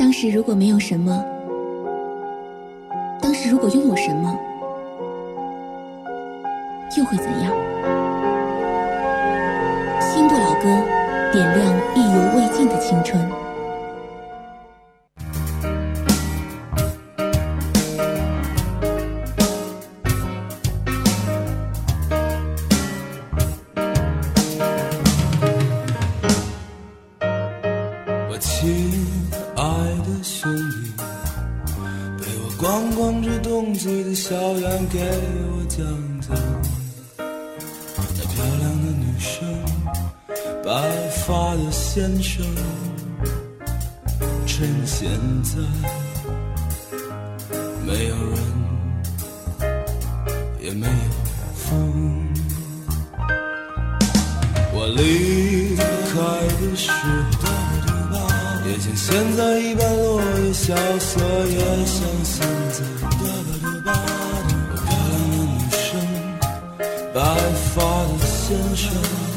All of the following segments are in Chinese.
当时如果没有什么，当时如果拥有什么，又会怎样？新不老歌，点亮意犹未尽的青春。 我亲爱的兄弟，陪我逛逛这冬季的校园，给我讲讲那漂亮的女生，白发的先生，趁现在没有人也没有风。我离开的时候，也像现在一般落叶萧瑟，也像现在有漂亮的女生，白发的先生，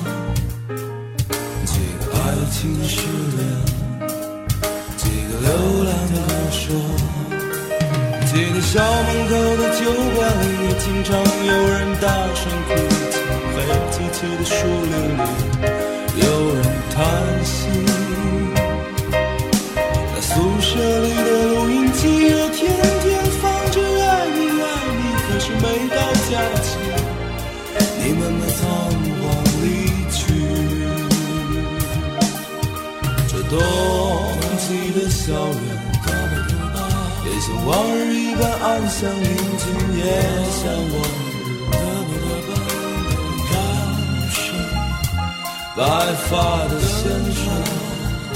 几个爱情失恋，几个流浪歌手，记得校门口的酒馆里，也经常有人大声哭泣，黑漆漆的树林里有人叹息，宿舍里的录音机也天天放着爱你爱你，可是每到假期你们都仓皇离去。这冬季的校园也像往日一般安详宁静，也像往日飘生白发的先生，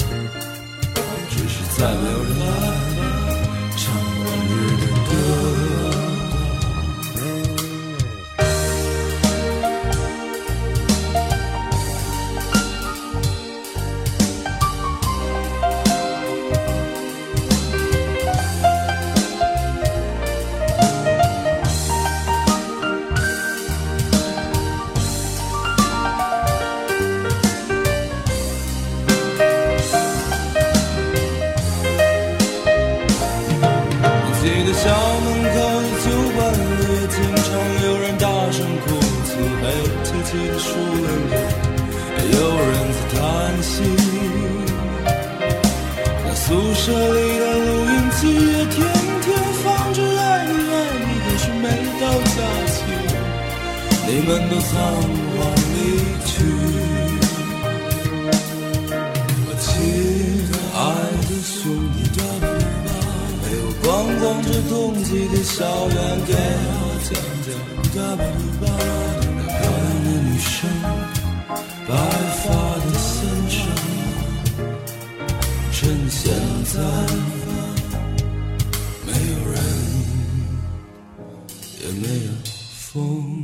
再没有人来唱往日的歌。宿舍里的录音机也天天放着爱你爱你，可是每到假期你们都仓皇离去。我亲爱的兄弟，陪我逛逛这冬季的校园，给我讲讲那漂亮的女生，白发的先生，趁现在没有人也没有风。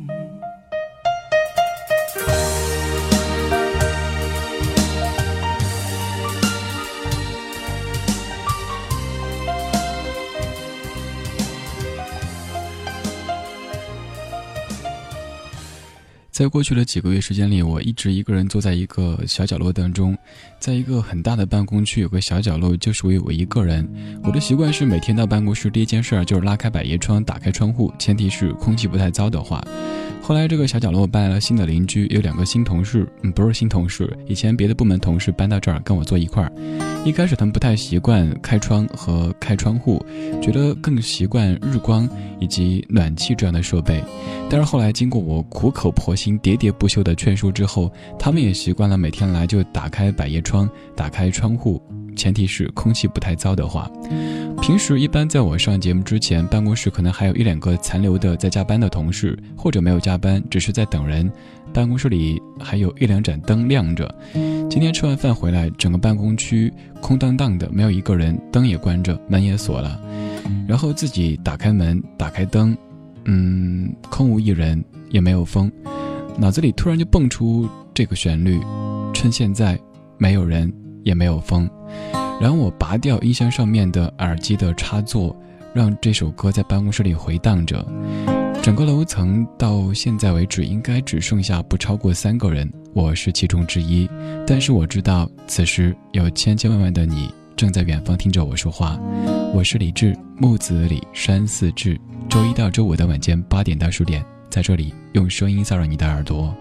在过去的几个月时间里，我一直一个人坐在一个小角落当中，在一个很大的办公区有个小角落就属于我一个人。我的习惯是每天到办公室第一件事就是拉开百叶窗，打开窗户，前提是空气不太糟的话。后来这个小角落搬来了新的邻居，有2个新同事，不是新同事，以前别的部门同事搬到这儿跟我坐一块儿。一开始他们不太习惯开窗和开窗户，觉得更习惯日光以及暖气这样的设备。但是后来经过我苦口婆心喋喋不休的劝说之后，他们也习惯了每天来就打开百叶窗，打开窗户，前提是空气不太糟的话。平时一般在我上节目之前，办公室可能还有1-2个残留的在加班的同事，或者没有加班，只是在等人，办公室里还有1-2盏灯亮着。今天吃完饭回来，整个办公区空荡荡的，没有一个人，灯也关着，门也锁了，然后自己打开门，打开灯，空无一人，也没有风，脑子里突然就蹦出这个旋律，趁现在没有人也没有风。然后我拔掉音箱上面的耳机的插座，让这首歌在办公室里回荡着。整个楼层到现在为止应该只剩下不超过3个人，我是其中之一。但是我知道此时有千千万万的你正在远方听着我说话。我是李志，木子李，山寺志。周一到周五的晚间8点到10点，在这里用声音骚扰你的耳朵。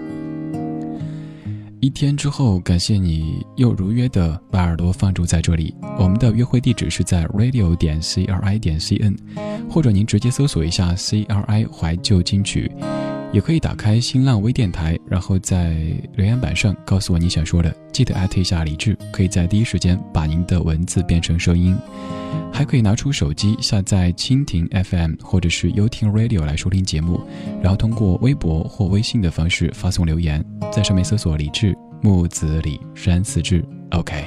一天之后，感谢你又如约的把耳朵放住在这里。我们的约会地址是在 radio.cri.cn， 或者您直接搜索一下 CRI 怀旧金曲，也可以打开新浪微电台，然后在留言板上告诉我你想说的，记得艾特一下李志，可以在第一时间把您的文字变成声音。还可以拿出手机下载蜻蜓 FM 或者是优听 Radio 来收听节目，然后通过微博或微信的方式发送留言，在上面搜索李志，木子李，山寺志。 OK，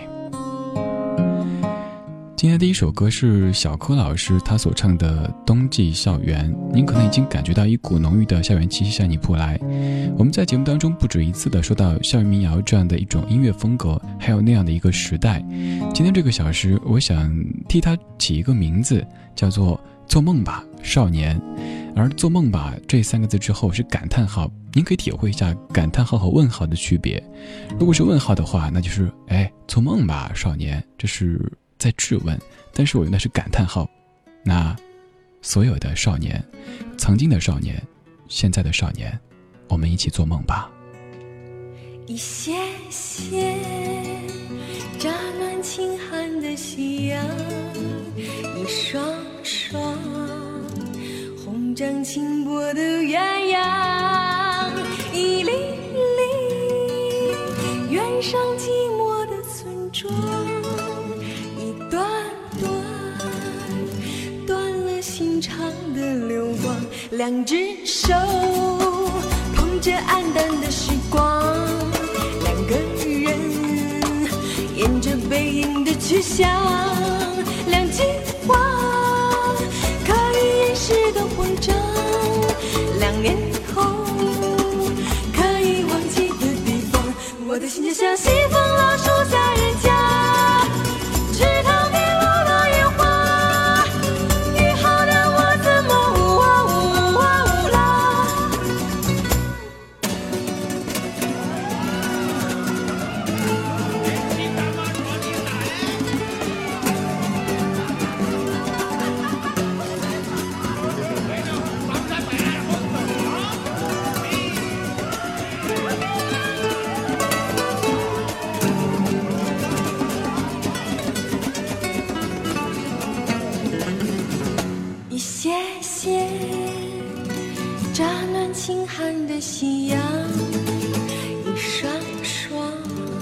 今天第一首歌是小柯老师他所唱的《冬季校园》，您可能已经感觉到一股浓郁的校园气息向你扑来。我们在节目当中不止一次的说到校园民谣这样的一种音乐风格，还有那样的一个时代。今天这个小时，我想替它起一个名字，叫做做梦吧少年。而做梦吧这3个字之后是感叹号，您可以体会一下感叹号和问号的区别。如果是问号的话，那就是做梦吧少年，这是在质问，但是我用的是感叹号。那所有的少年，曾经的少年，现在的少年，我们一起做梦吧。 一些些乍暖轻寒的夕阳，一双双红掌轻波的鸳鸯，一粒粒远上寂寞的村庄，一段段断了心肠的流光，两只手捧着黯淡的时光，两个人沿着背影的去向，两句话可以掩饰的慌张，2年后可以忘记的地方，我的心就像西风老树下人家，池塘边落了烟花，雨后的我怎么轻寒的夕阳，一双双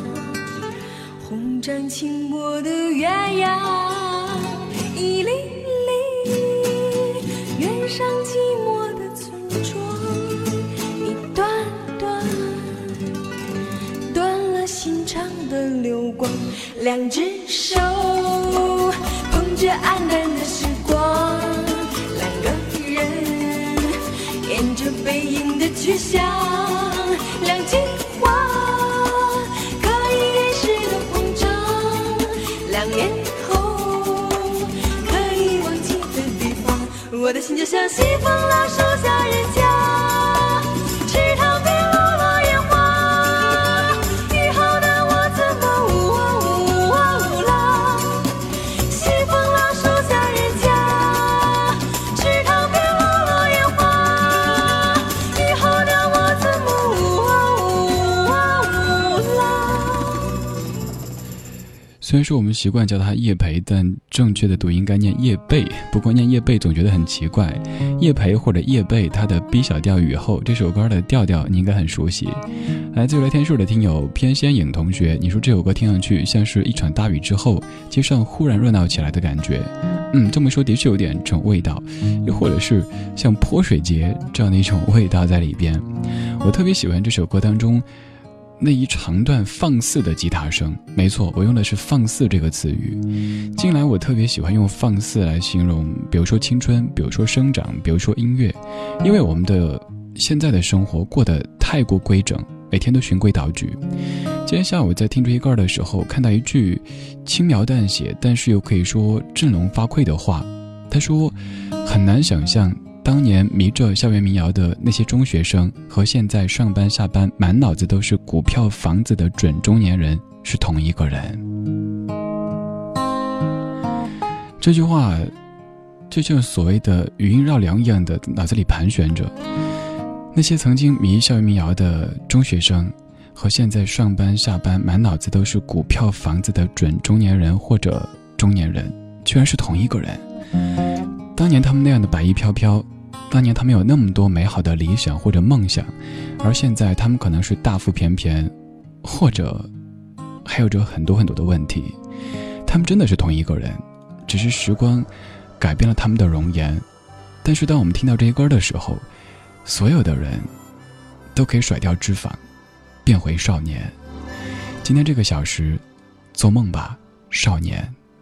红掌轻波的鸳鸯，一粒粒远上寂寞的村庄，一段段断了心肠的流光，两只手捧着黯淡的时光，两个人沿着背影的去向，两句话可以掩饰的慌张，2年后可以忘记的地方，我的心就像西风老树下人家，池塘边落了烟花，雨后的我怎么啦，西风老树下人家，池塘边落了烟花，雨后的我怎么啦。 虽然说我们习惯叫它叶培，但正确的读应该念叶蓓，不过念叶蓓总觉得很奇怪。叶培或者叶蓓，它的 B 小调雨后，这首歌的调调你应该很熟悉。来自于来天树的听友偏先影同学，你说这首歌听上去像是一场大雨之后街上忽然热闹起来的感觉。这么说的确有点这种味道，又或者是像泼水节这样的一种味道在里边。我特别喜欢这首歌当中那一长段放肆的吉他声，没错，我用的是放肆这个词语。近来我特别喜欢用放肆来形容，比如说青春，比如说生长，比如说音乐，因为我们的现在的生活过得太过规整，每天都循规蹈矩。今天下午在听这些歌的时候，看到一句轻描淡写但是又可以说振聋发聩的话，他说很难想象当年迷着校园民谣的那些中学生和现在上班下班满脑子都是股票房子的准中年人是同一个人。 这句话就像所谓的语音绕梁一样的脑子里盘旋着。那些曾经迷校园民谣的中学生和现在上班下班满脑子都是股票房子的准中年人或者中年人，居然是同一个人。当年他们那样的百依飘飘，当年他们有那么多美好的理想或者梦想，而现在他们可能是大腹便便，或者还有着很多很多的问题。他们真的是同一个人，只是时光改变了他们的容颜。但是当我们听到这些歌的时候，所有的人都可以甩掉脂肪，变回少年。今天这个小时，做梦吧，少年。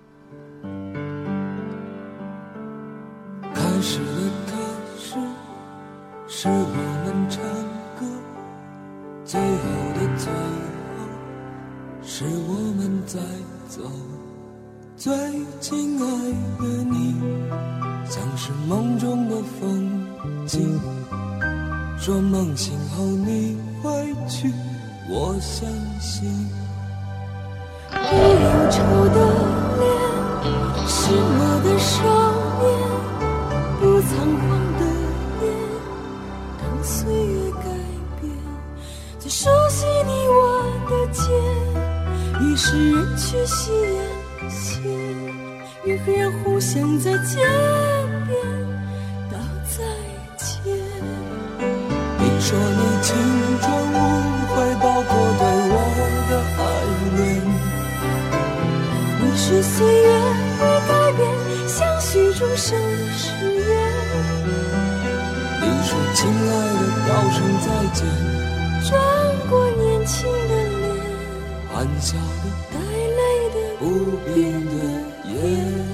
开始的开始，是我们唱歌；最后的最后，是我们在走。最亲爱的你，像是梦中的风景。说梦醒后你会去，我相信。 不忧愁的脸，失落的少年，不仓皇的眼，当岁月改变。最熟悉你我的肩，于是人去夕阳斜，人和人互相在街边道再见。 你说你青春无悔，包括对我的爱恋。 你说岁月会改变相许终生的誓言。 你说亲爱的道声再见， 转过年轻的脸， 含笑的带泪的不变的眼。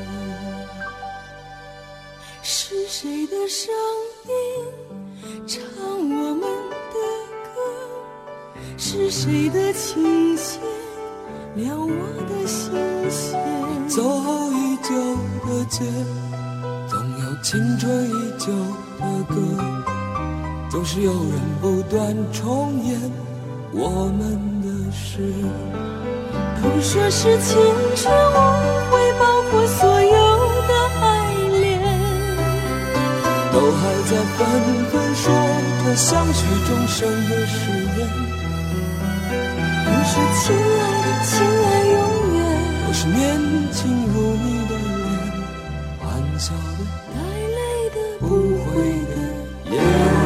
是谁的声音唱我们的歌？是谁的琴弦撩我的心弦？ 走后已久的街，总有青春依旧的歌，总是有人不断重演我们的事。 都说是青春无悔，包括所有的爱恋， 都还在纷纷说着相许终生的誓言。 都说亲爱的，亲爱永远， 我是年轻如你的脸，含笑的带泪的不悔的眼。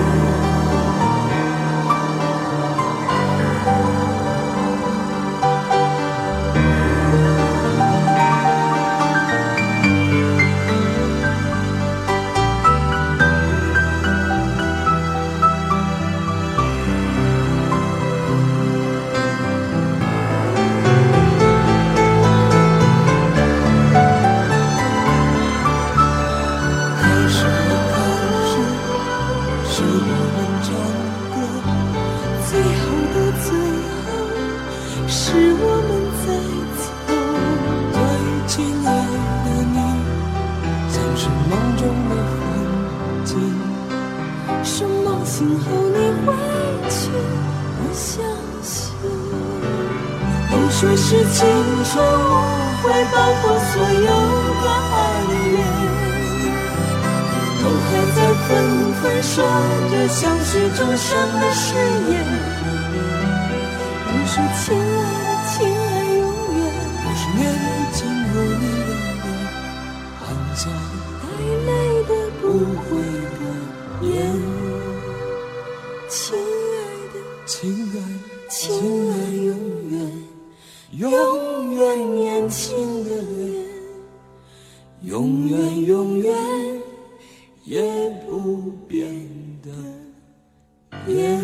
说是青春无悔，包括所有的爱恋，都还在纷纷说着相许终生的誓言。都说亲爱的，亲爱永远， 我是年轻如你的脸，含笑的带泪的不悔的眼。亲爱的， 亲爱的， 亲爱永远， 永远年轻的脸， 永远永远也不变的眼。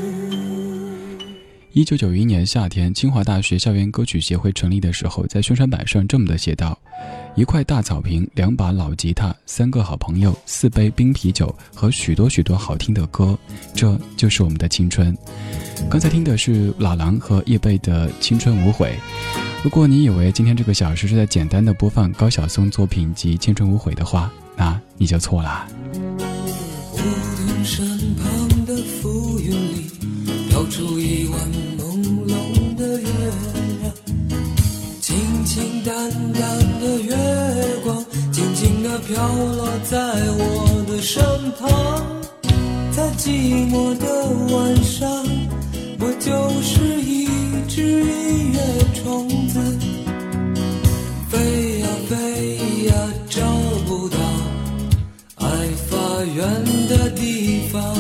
1991年夏天，清华大学校园歌曲协会成立的时候，在宣传板上这么的写道：一块大草坪，2把老吉他，3个好朋友，4杯冰啤酒和许多许多好听的歌，这就是我们的青春。刚才听的是老狼和叶蓓的《青春无悔》。如果你以为今天这个小时是在简单的播放高晓松作品集《青春无悔》的话，那你就错了。 梧桐山旁的浮云里飘出一弯朦胧的月亮，清清淡淡的月光地飘落在我的身旁，在寂寞的晚上，我就是一只音乐虫子，飞呀飞呀找不到爱发源的地方，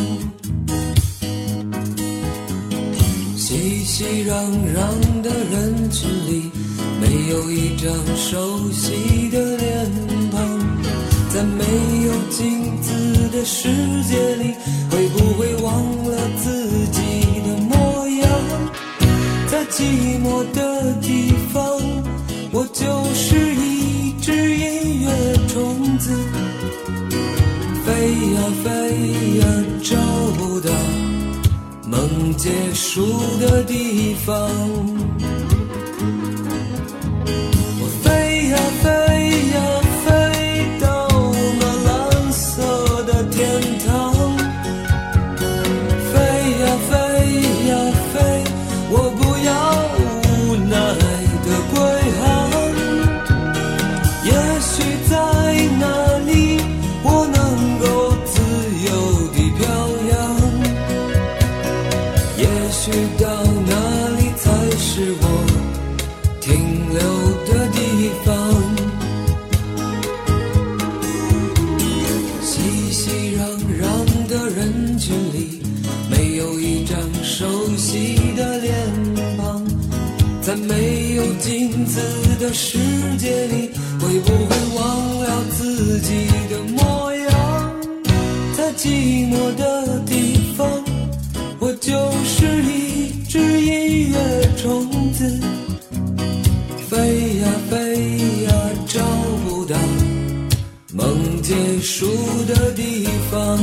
熙熙攘攘的人群里，没有一张熟悉的脸庞，在没有镜子的世界里，会不会忘了自己的模样？在寂寞的地方，我就是一只音乐虫子，飞呀飞呀找不到梦结束的地方。飞呀飞呀飞到那蓝色的天堂，飞呀飞呀飞，我不要无奈的归航。也许在那里我能够自由地飘扬，也许到那里才是我停留的地方。熙熙攘攘的人群里，没有一张熟悉的脸庞，在没有镜子的世界里，会不会忘了自己的模样？在寂寞的地方，我就是一只音乐虫子，飞呀飞呀找不到梦结束的地方。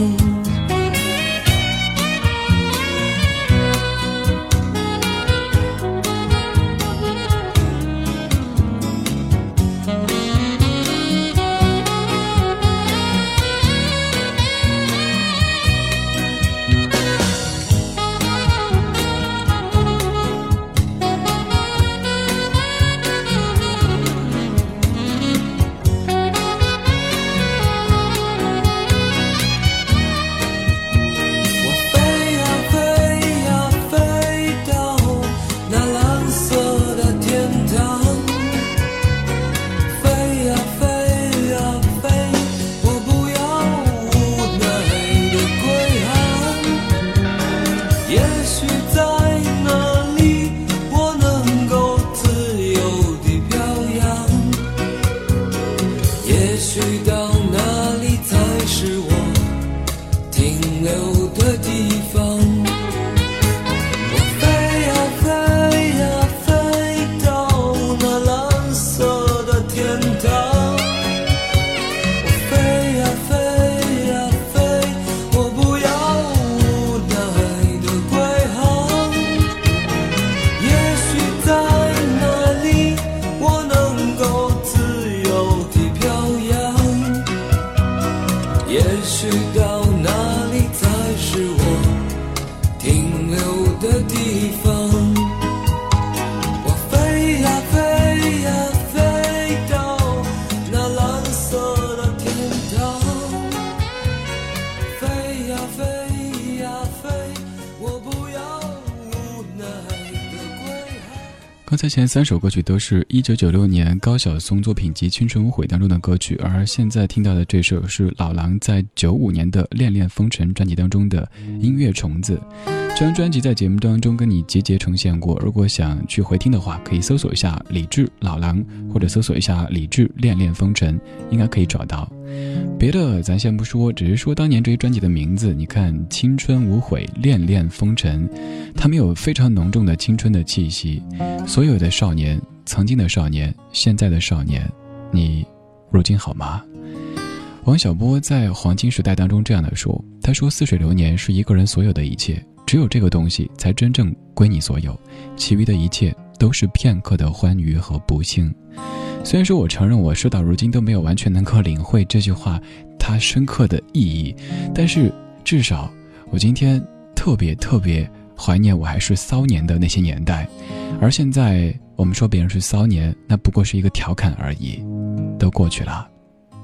刚才前3首歌曲都是1996年高晓松作品集《青春无悔》当中的歌曲，而现在听到的这首是老狼在95年的《恋恋风尘》专辑当中的《音乐虫子》。这张专辑在节目当中跟你集结呈现过，如果想去回听的话，可以搜索一下李志老狼，或者搜索一下李志恋恋风尘，应该可以找到。别的咱先不说，只是说当年这一专辑的名字，你看青春无悔恋恋风尘，它们有非常浓重的青春的气息。所有的少年，曾经的少年，现在的少年，你如今好吗？王小波在黄金时代当中这样的说，他说似水流年是一个人所有的一切，只有这个东西才真正归你所有，其余的一切都是片刻的欢愉和不幸。虽然说我承认我事到如今都没有完全能够领会这句话它深刻的意义，但是至少我今天特别怀念我还是骚年的那些年代，而现在我们说别人是骚年，那不过是一个调侃而已，都过去了，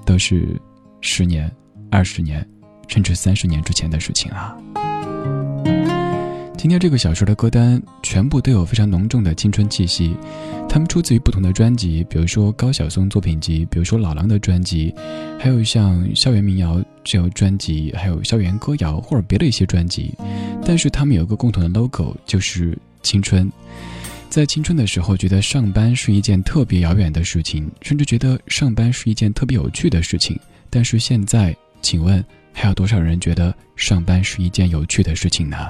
都是10年、20年，甚至30年之前的事情啊。今天这个小说的歌单全部都有非常浓重的青春气息，它们出自于不同的专辑，比如说高晓松作品集，比如说老狼的专辑，还有像校园民谣这有专辑，还有校园歌谣或者别的一些专辑，但是他们有一个共同的 logo， 就是青春。在青春的时候觉得上班是一件特别遥远的事情，甚至觉得上班是一件特别有趣的事情，但是现在请问还有多少人觉得上班是一件有趣的事情呢？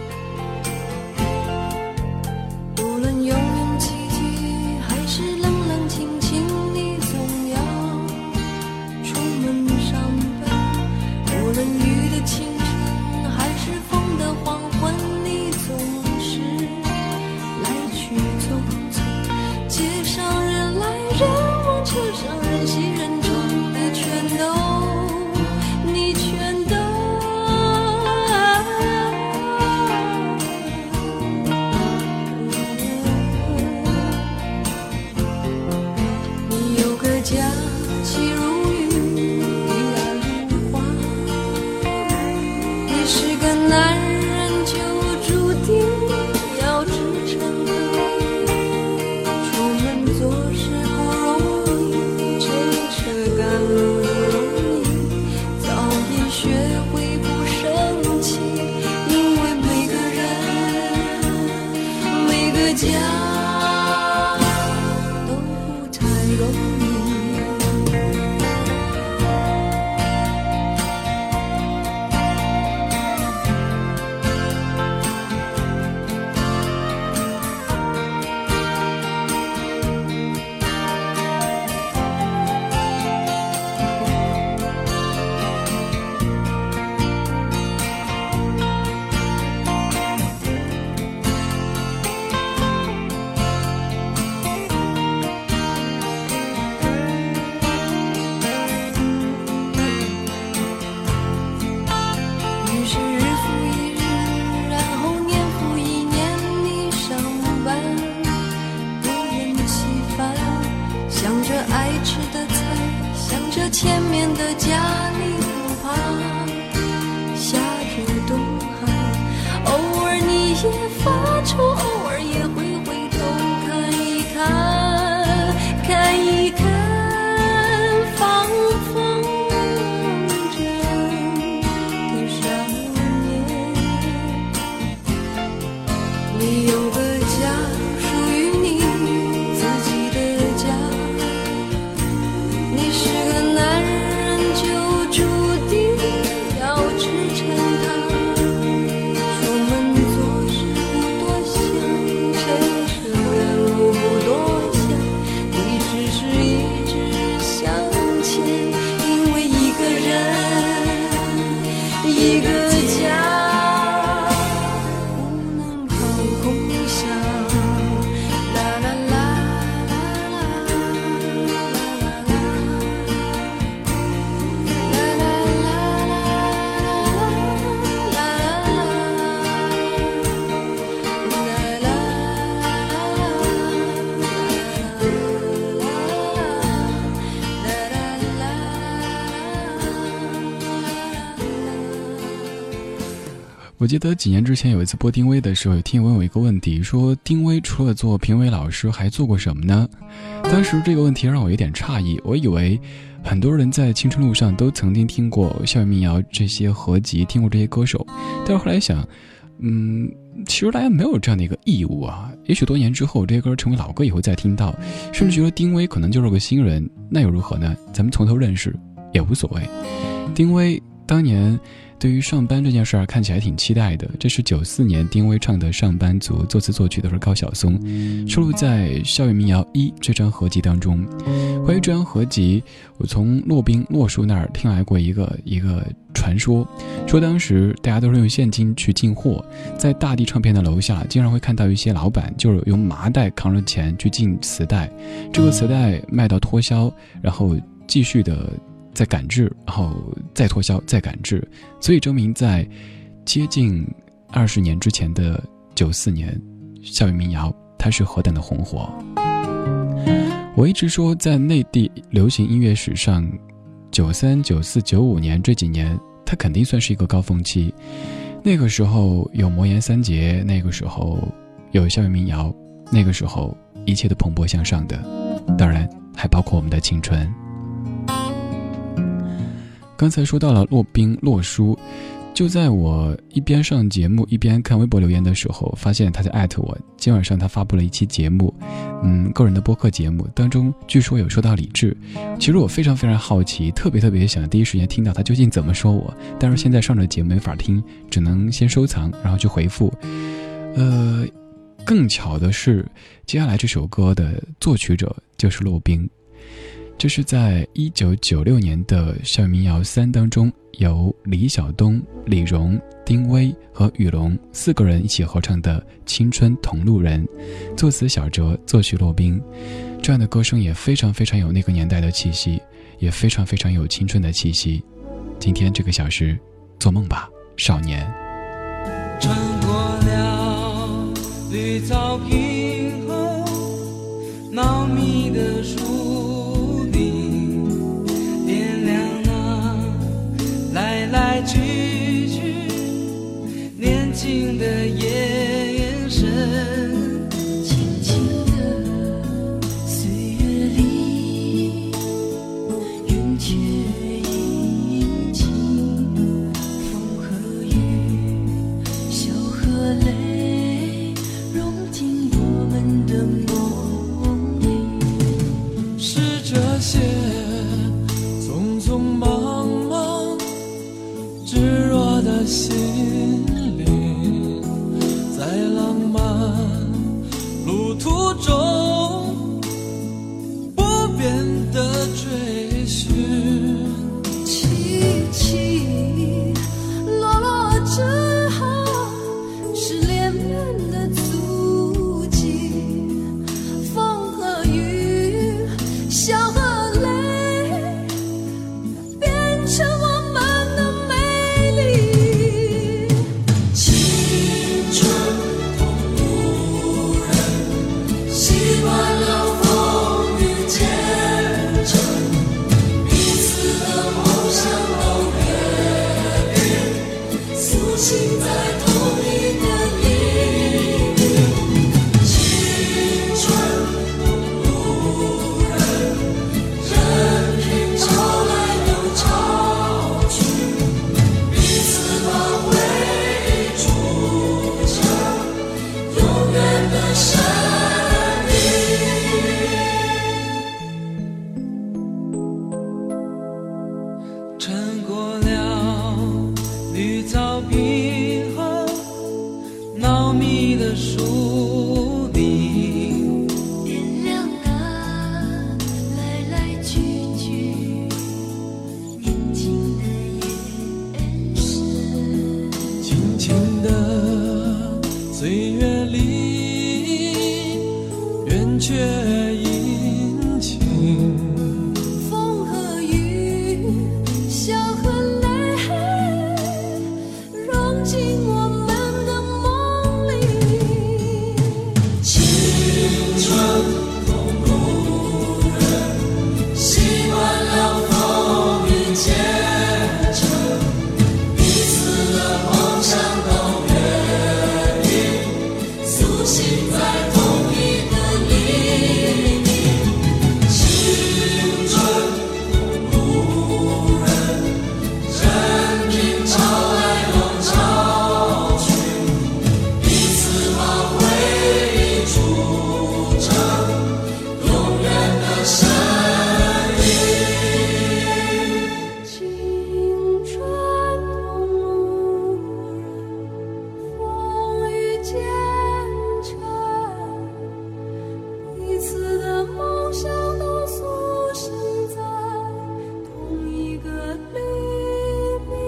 前面的家里路旁下着冬寒，偶尔你也发愁，偶尔也会回头看一看，看一看放风筝的少年。你有个家，属于你自己的家，你是个男人就注定要支撑他，出门做事不多想，牵车远路不多想，你只是一直向前，因为一个人一个家不能靠空想，啦啦啦我记得几年之前有一次播丁薇的时候，有听友问我一个问题，说丁薇除了做评委老师还做过什么呢？当时这个问题让我有点诧异，我以为很多人在青春路上都曾经听过校园民谣这些合集，听过这些歌手，但是后来想其实大家没有这样的一个义务啊。也许多年之后这些歌成为老歌以后再听到，甚至觉得丁薇可能就是个新人，那又如何呢？咱们从头认识也无所谓。丁薇当年对于上班这件事儿看起来挺期待的，这是94年丁薇唱的《上班族》，作词作曲都是高晓松，收录在《校园民谣1》这张合集当中。关于这张合集，我从骆叔那儿听来过一个传说，说当时大家都是用现金去进货，在大地唱片的楼下经常会看到一些老板就是用麻袋扛着钱去进磁带，这个磁带卖到脱销，然后继续的再赶制，然后再脱销，再赶制，所以证明在接近20年之前的94年，校园民谣它是何等的红火。我一直说，在内地流行音乐史上， 93、94、95年这几年，它肯定算是一个高峰期。那个时候有魔岩三杰，那个时候有校园民谣，那个时候一切都蓬勃向上的，当然还包括我们的青春。刚才说到了骆宾骆叔，就在我一边上节目一边看微博留言的时候，发现他在艾特我。今晚上他发布了一期节目，个人的播客节目当中，据说有说到李志。其实我非常非常好奇，特别想第一时间听到他究竟怎么说我，但是现在上着节目没法听，只能先收藏，然后去回复。更巧的是，接下来这首歌的作曲者就是骆宾。这是在1996年的校园民谣3当中，由李晓东、李荣、丁薇和雨龙4个人一起合唱的《青春同路人》，作词小哲，作曲骆宾。这样的歌声也非常非常有那个年代的气息，也非常非常有青春的气息。今天这个小时，做梦吧，少年。 穿过了绿草坪后，茂密的树林，点亮那来来去去年轻的眼神。 轻轻的岁月里，云却阴晴，风和雨，笑和泪，融进我们的梦里。 是这些匆匆忙忙炙热的心灵，在浪漫路途中不变的追寻。 起起落落之后，是恋人的足迹，风和雨，笑和泪，变成我们的美丽。青春同路人，习惯了风雨兼程，彼此的梦想都约定，苏醒在同一个黎明。青春同路人，任凭潮来又潮去，彼此把回忆筑成永远的神秘。 穿过了绿草坪后，茂密的树林， 点亮那来来去去年轻的眼神。 轻轻的岁月里，圆缺阴晴。 风和雨，笑和泪，融进我们的梦里。青春同路人，习惯了风雨兼程，彼此的梦想都约定，苏醒在同一个黎明。青春同路人，任凭潮来又潮去，彼此把回忆筑成永远的神秘。青春同路人，风雨兼程，彼此的梦想都苏醒在同一个黎明。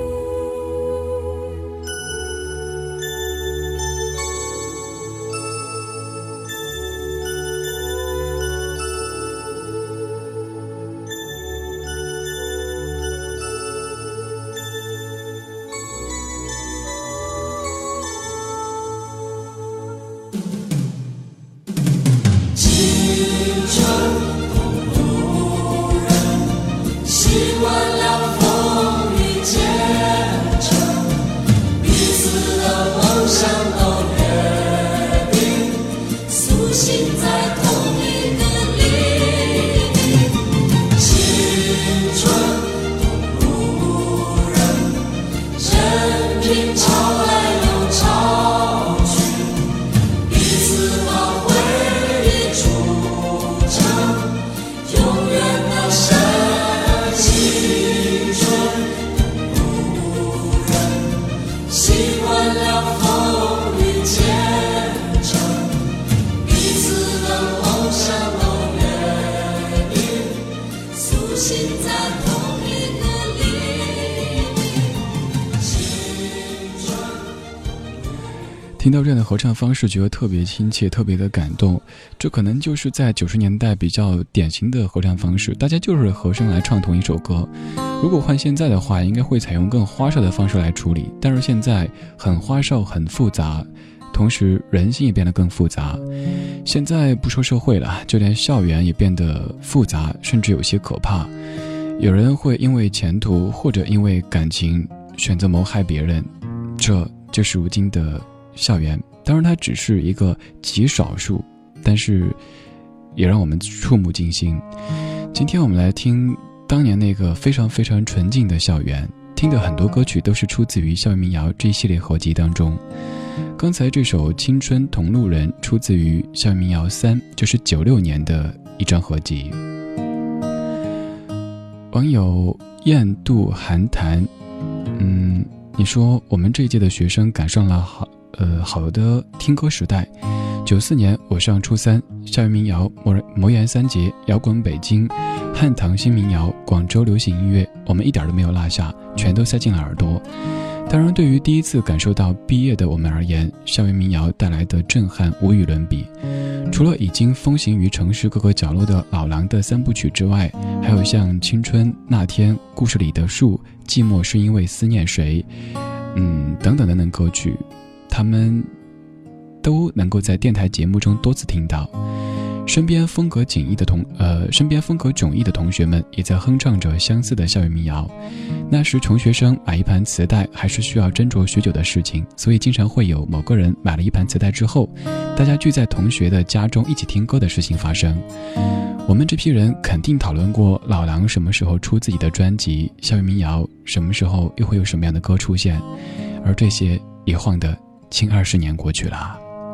听到这样的合唱方式，觉得特别亲切，特别的感动。这可能就是在90年代比较典型的合唱方式，大家就是和声来唱同一首歌。如果换现在的话，应该会采用更花哨的方式来处理，但是现在很花哨，很复杂，同时人心也变得更复杂。现在不说社会了，就连校园也变得复杂，甚至有些可怕。有人会因为前途或者因为感情选择谋害别人，这就是如今的校园。当然它只是一个极少数，但是也让我们触目惊心。今天我们来听当年那个非常非常纯净的校园，听的很多歌曲都是出自于校园民谣这一系列合集当中。刚才这首《青春同路人》出自于校园民谣3，就是96年的一张合辑。网友燕渡寒潭，你说我们这一届的学生赶上了好的听歌时代。94年我上初3，校园民谣、魔岩三杰、摇滚北京、汉唐新民谣、广州流行音乐，我们一点都没有落下，全都塞进了耳朵。当然，对于第一次感受到毕业的我们而言，校园民谣带来的震撼无与伦比。除了已经风行于城市各个角落的老狼的3部曲之外，还有像《青春》、那天、故事里的树、寂寞是因为思念谁，等等歌曲，他们都能够在电台节目中多次听到。身边风格迥异的同学们也在哼唱着相似的校园民谣。那时穷学生买一盘磁带还是需要斟酌许久的事情，所以经常会有某个人买了一盘磁带之后，大家聚在同学的家中一起听歌的事情发生。我们这批人肯定讨论过老狼什么时候出自己的专辑，校园民谣什么时候又会有什么样的歌出现，而这些也晃得近20年过去了。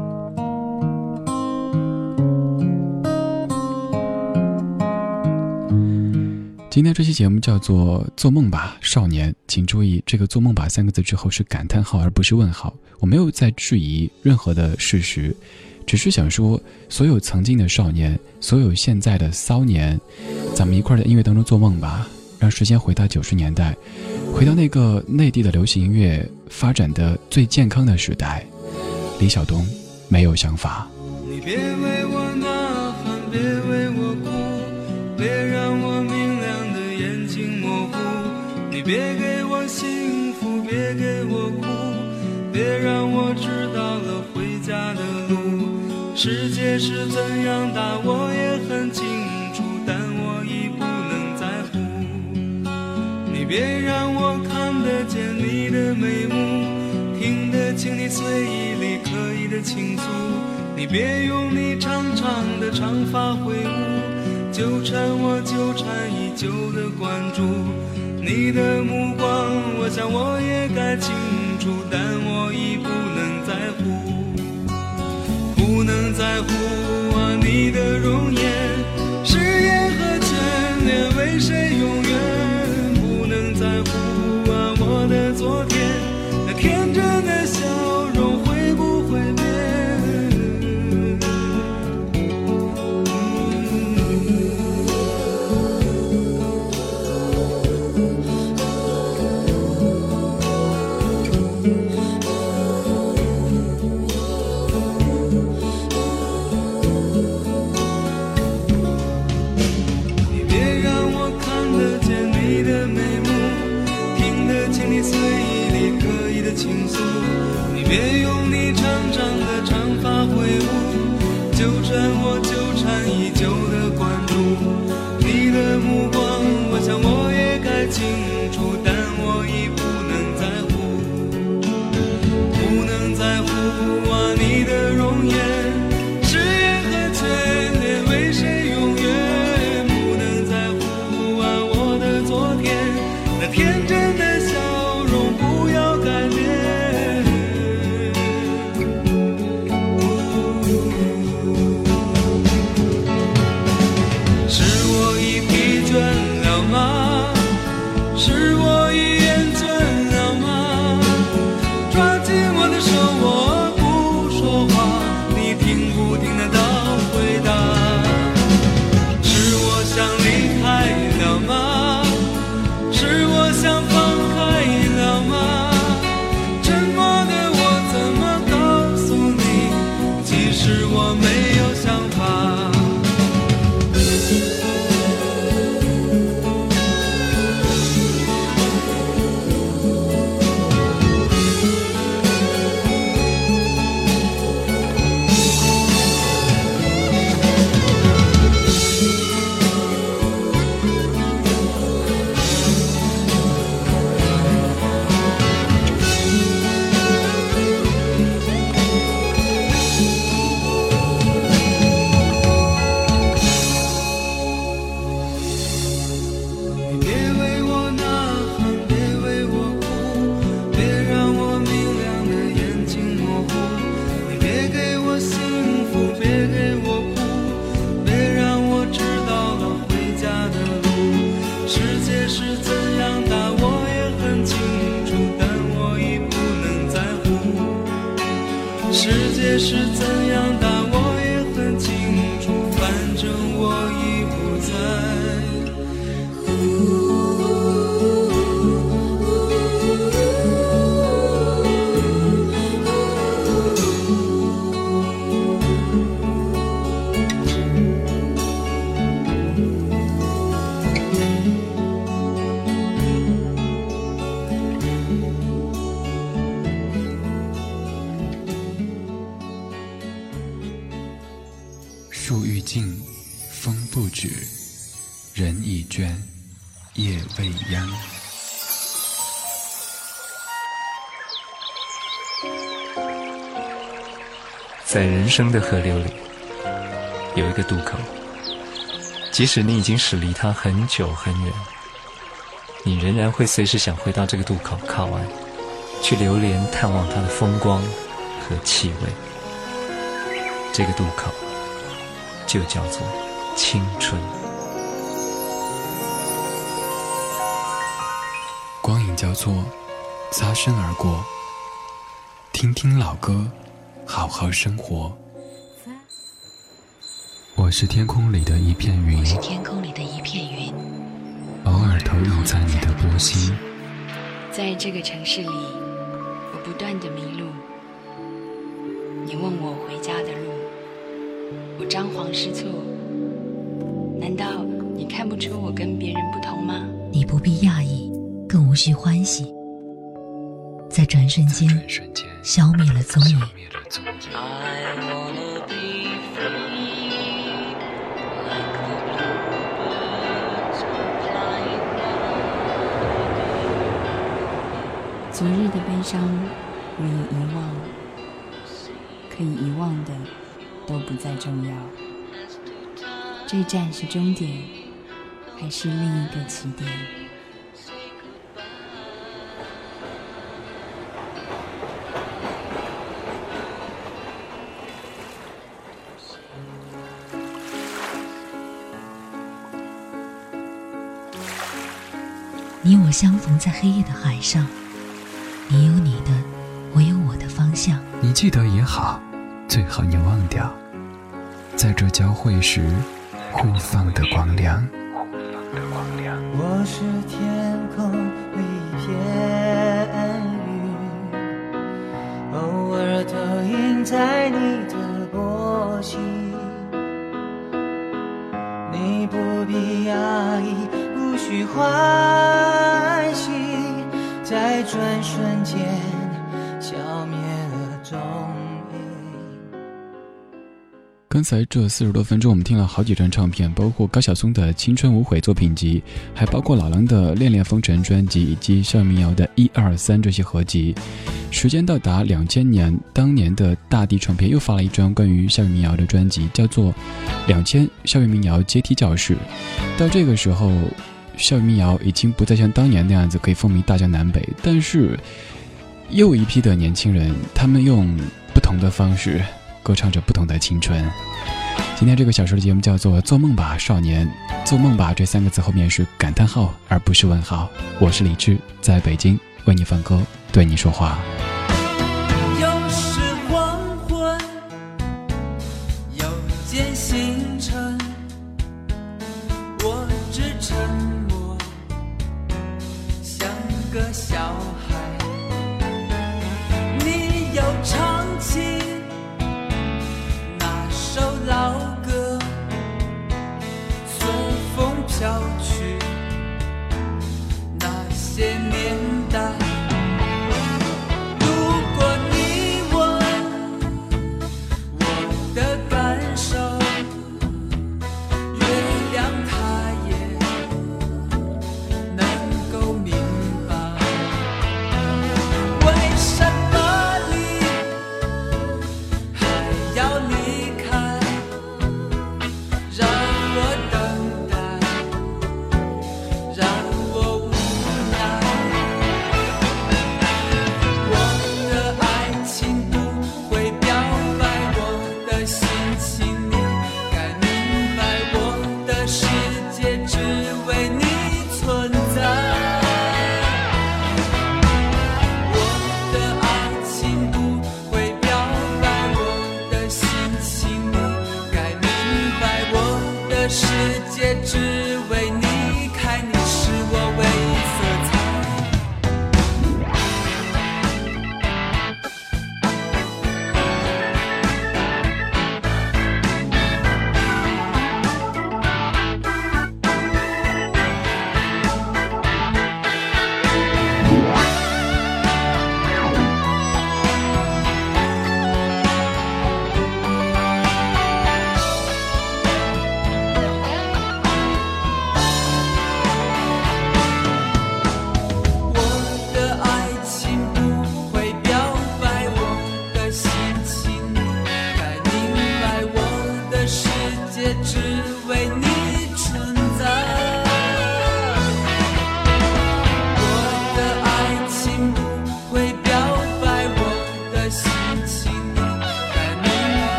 今天这期节目叫做做梦吧少年，请注意这个做梦吧3个字之后是感叹号而不是问号。我没有在质疑任何的事实，只是想说所有曾经的少年，所有现在的骚年，咱们一块在音乐当中做梦吧，让时间回到90年代，回到那个内地的流行音乐发展的最健康的时代。李晓东，没有想法。 你别为我呐喊，别为我哭，别让我明亮的眼睛模糊。你别给我幸福，别给我苦，别让我知道了回家的路。世界是怎样大我也很清楚，但我已不能在乎。你别让我看得见你的眉目，听得清你随意里刻意的倾诉。你别用你长长的长发挥舞，纠缠我纠缠已久的关注。你的目光我想我也该清楚，但我已不能在乎，不能在乎啊你的容颜，誓言和眷恋为谁永远，不能在乎啊我的昨天，那天真的笑容会不会变。倾诉，你别用你长长的长发挥舞，纠缠我纠缠已久的关注。你的目光我想我也该清楚，但我已不能在乎，不能在乎啊你的容颜，誓言和眷恋为谁永远，不能在乎啊我的昨天，那天真的笑容不要改变。 世界是怎样，但我也很清楚，反正我已不在。 树欲静，风不止，人已倦，夜未央。 在人生的河流里，有一个渡口，即使你已经驶离它很久很远，你仍然会随时想回到这个渡口靠岸，去流连探望它的风光和气味。这个渡口就叫做青春。 光影交错，擦身而过，听听老歌，好好生活。我是天空里的一片云，偶尔投影在你的波心。 在这个城市里，我不断地迷路。你问我回家的路，我张皇失措。难道你看不出我跟别人不同吗？ 你不必讶异，更无需欢喜，在转瞬间消灭了踪影。 昨日的悲伤我已遗忘，可以遗忘的都不再重要。这站是终点，还是另一个起点？ 你我相逢在黑夜的海上，你有你的，我有我的方向。 你记得也好，最好你忘掉，在这交汇时互放的光亮。 我是天空里一片云，偶尔投影在你的波心。你不必讶异，不需欢喜，在转瞬间消灭了踪影。 刚才这40多分钟我们听了好几张唱片，包括高晓松的青春无悔作品集，还包括老狼的恋恋风尘专辑，以及校园民谣的1、2、3这些合集。时间到达2000年，当年的大地唱片又发了一张关于校园民谣的专辑，叫做2000校园民谣阶梯教室。到这个时候，校园民谣已经不再像当年那样子可以风靡大江南北，但是又一批的年轻人，他们用不同的方式歌唱着不同的青春。今天这个小时的节目叫做做梦吧少年，做梦吧这3个字后面是感叹号而不是问号。我是李志，在北京为你放歌，对你说话。 又是黄昏，又见星辰，我只沉默，像个小孩。你又唱起那首老歌，随风飘去那些年代。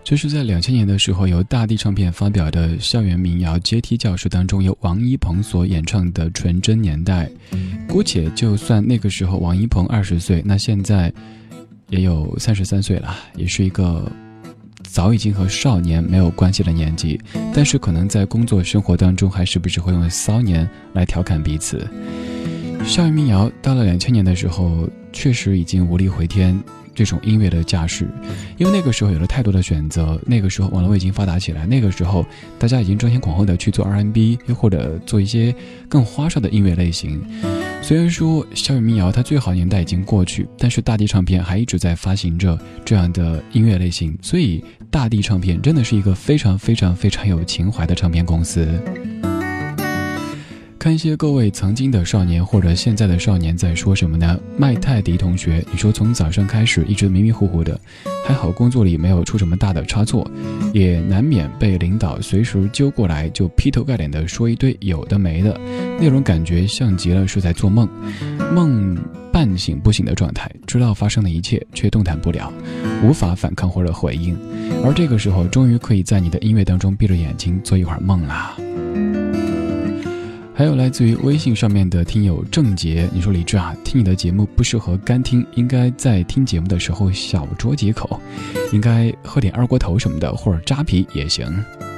这是在2000年的时候由大地唱片发表的校园民谣阶梯教室当中由王一鹏所演唱的《纯真年代》。姑且就算那个时候王一鹏20岁，那现在也有33岁了，也是一个早已经和少年没有关系的年纪，但是可能在工作生活当中还时不时会用骚年来调侃彼此。校园民谣到了2000年的时候确实已经无力回天，这种音乐的架势，因为那个时候有了太多的选择，那个时候网络已经发达起来，那个时候大家已经争先恐后的去做 R&B， 又或者做一些更花哨的音乐类型。虽然说校园民谣它最好年代已经过去，但是大地唱片还一直在发行着这样的音乐类型，所以大地唱片真的是一个非常非常非常有情怀的唱片公司。看一些各位曾经的少年或者现在的少年在说什么呢？麦泰迪同学，你说从早上开始一直迷迷糊糊的，还好工作里没有出什么大的差错，也难免被领导随时揪过来就劈头盖脸的说一堆有的没的，那种感觉像极了是在做梦，梦半醒不醒的状态，知道发生的一切却动弹不了，无法反抗或者回应，而这个时候终于可以在你的音乐当中闭着眼睛做一会儿梦啦。还有来自于微信上面的听友郑杰，你说李志啊，听你的节目不适合干听，应该在听节目的时候小酌几口，应该喝点二锅头什么的，或者扎啤也行。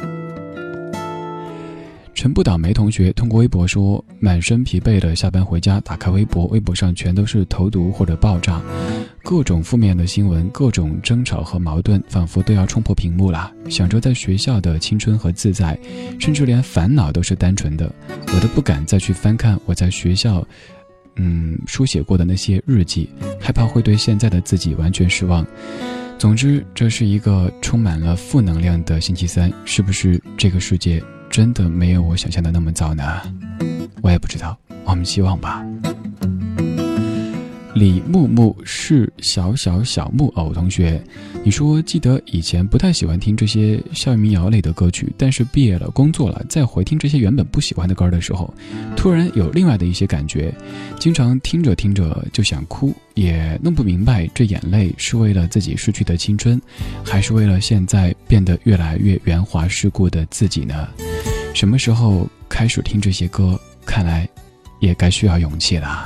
陈不倒霉同学通过微博说，满身疲惫的下班回家，打开微博，微博上全都是投毒或者爆炸，各种负面的新闻，各种争吵和矛盾，仿佛都要冲破屏幕啦。想着在学校的青春和自在，甚至连烦恼都是单纯的，我都不敢再去翻看我在学校书写过的那些日记，害怕会对现在的自己完全失望。总之，这是一个充满了负能量的星期三，是不是这个世界真的没有我想象的那么糟呢？我也不知道，我们希望吧。李木木是小木偶同学，你说记得以前不太喜欢听这些校园民谣类的歌曲，但是毕业了工作了，再回听这些原本不喜欢的歌的时候，突然有另外的一些感觉，经常听着听着就想哭，也弄不明白这眼泪是为了自己失去的青春，还是为了现在变得越来越圆滑世故的自己呢？什么时候开始听这些歌，看来也该需要勇气了。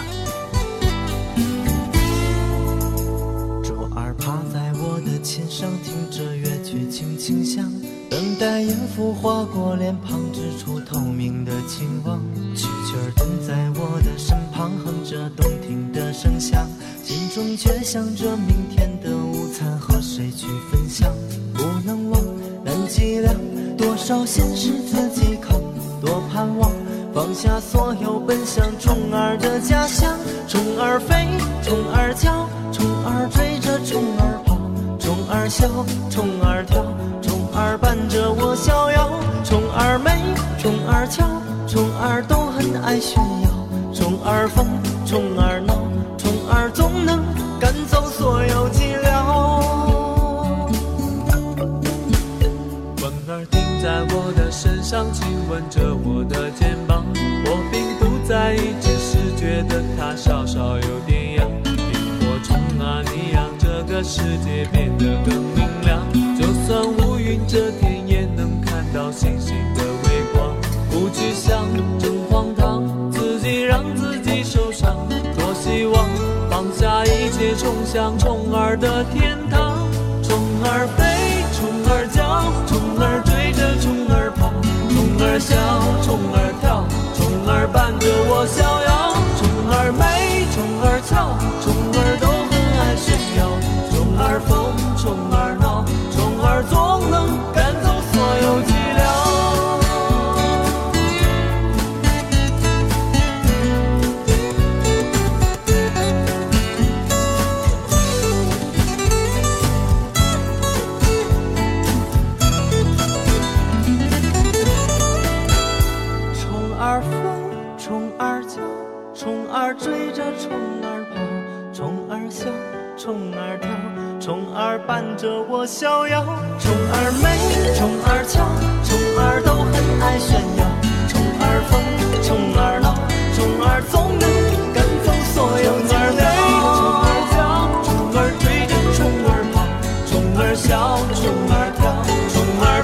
琴上听着乐曲轻轻响，等待音符划过脸庞，织出透明的情网。蛐蛐儿蹲在我的身旁，哼着动听的声响，心中却想着明天的午餐和谁去分享。不能忘，难计量，多少现实自己扛，多盼望放下所有奔向虫儿的家乡。虫儿飞，虫儿叫，虫儿追着虫儿跑，虫儿笑，虫儿跳，虫儿伴着我逍遥。虫儿美，虫儿俏，虫儿都很爱炫耀。虫儿疯，虫儿闹，虫儿总能赶走所有寂寥。风儿停在我的身上，亲吻着我的肩膀，我并不在意，只是觉得它稍稍有点痒。萤火虫啊，你让这个世界变得更明亮，就算乌云这天也能看到星星的微光。不去想真荒唐，自己让自己受伤，多希望放下一切，冲向虫儿的天堂。虫儿飞，虫儿叫，虫儿追着虫儿跑，虫儿笑，虫儿跳，虫儿伴着我逍遥。虫儿美，虫儿俏，虫儿都很爱炫耀。虫儿疯，虫儿闹，虫儿总能赶走所有寂寥。虫儿飞，虫儿叫，虫儿追着虫儿跑，虫儿笑，虫儿跳，虫儿伴着我逍遥。虫儿美，虫儿俏，虫儿都很爱炫耀。虫儿疯，虫儿闹，虫儿总能赶走所有寂寥。虫儿叫，虫儿追着虫儿跑，虫儿笑，虫儿跳，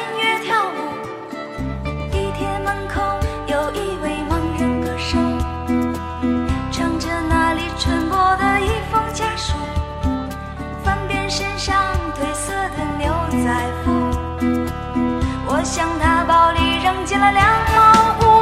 音乐跳舞。地铁门口有一位盲人歌手，唱着那里春播的一封家书，翻遍身上褪色的牛仔服。我向他包里扔进了2毛5，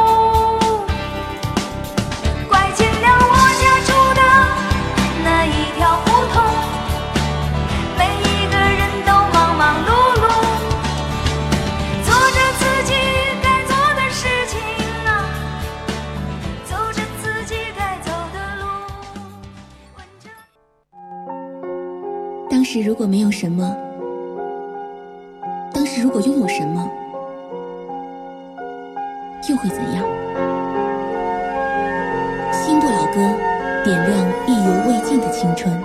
拐进了我家住的那一条胡同，每一个人都忙忙碌碌，做着自己该做的事情啊，走着自己该走的路。 当时如果没有什么，当时如果拥有什么，又会怎样？新不老歌，点亮意犹未尽的青春。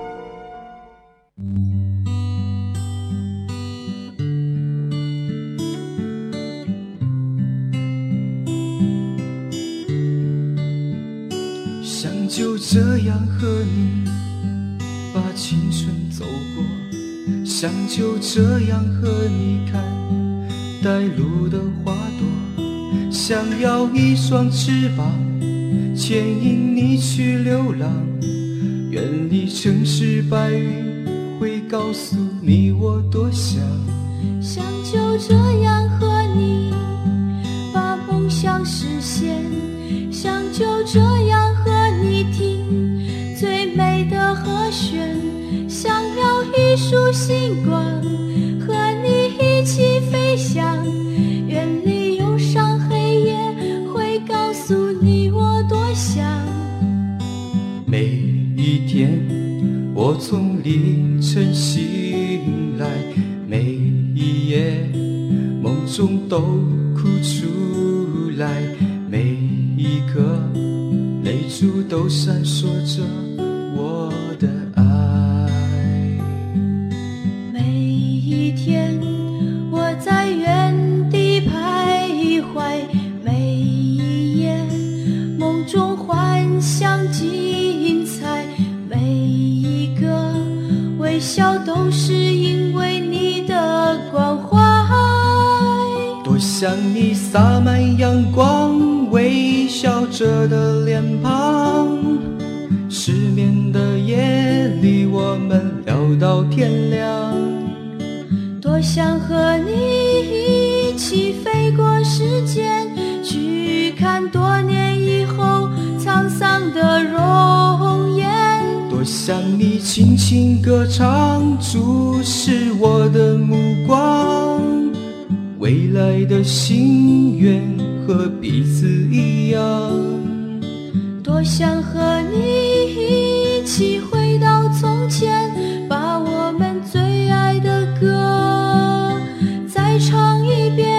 想就这样和你把青春走过，想就这样和你看带露的花朵，想要一双翅膀牵引你去流浪，远离城市白云，会告诉你我多想。 想就这样和你把梦想实现，想就这样和你听最美的和弦，想要一束星光和你一起飞翔，远离忧伤黑夜，会告诉你我多想。 每一天我从凌晨醒来，每一夜梦中都哭出来，每一颗泪珠都闪烁着我的爱。 每一天我在原地徘徊，每一夜梦中幻想精彩，每一个微笑都是因为你的关怀。 多想你洒满阳光微笑着的脸庞，失眠的夜里我们聊到天亮。 多想和你一起飞过时间，去看多年以后沧桑的容颜。 多想你轻轻歌唱，注视我的目光，未来的心愿和彼此一样。 多想和你一起回到从前，把我们最爱的歌再唱一遍。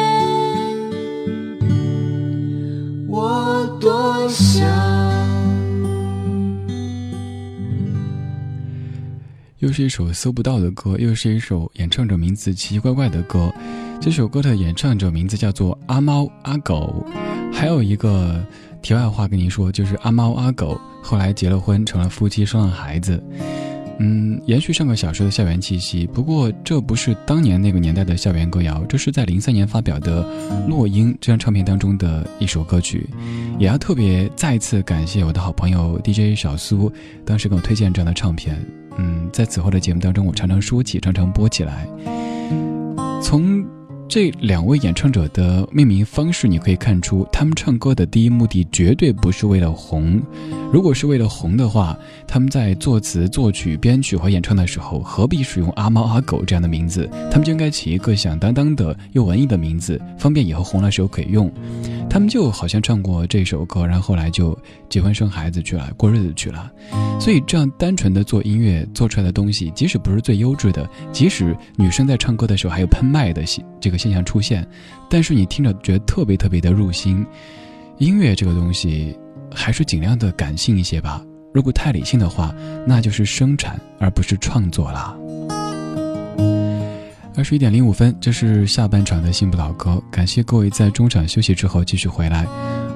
我多想。 又是一首搜不到的歌，又是一首演唱者名字奇奇怪怪的歌。这首歌的演唱者名字叫做阿猫阿狗。还有一个题外话跟您说，就是阿猫阿狗后来结了婚，成了夫妻，生了孩子。延续上个小时的校园气息，不过这不是当年那个年代的校园歌谣，这是在03年发表的《落英》这张唱片当中的一首歌曲。也要特别再一次感谢我的好朋友 DJ 小苏，当时给我推荐这样的唱片。在此后的节目当中，我常常说起，常常播起来。从这两位演唱者的命名方式，你可以看出他们唱歌的第一目的绝对不是为了红。如果是为了红的话，他们在作词作曲编曲和演唱的时候何必使用阿猫阿狗这样的名字，他们就应该起一个响当当的又文艺的名字，方便以后红了时候可以用。他们就好像唱过这首歌，然后后来就结婚生孩子去了，过日子去了。所以这样单纯的做音乐做出来的东西，即使不是最优质的，即使女生在唱歌的时候还有喷麦的这个现象出现，但是你听着觉得特别特别的入心。音乐这个东西还是尽量的感性一些吧，如果太理性的话，那就是生产而不是创作啦。21点05分，这是下半场的新不老歌，感谢各位在中场休息之后继续回来。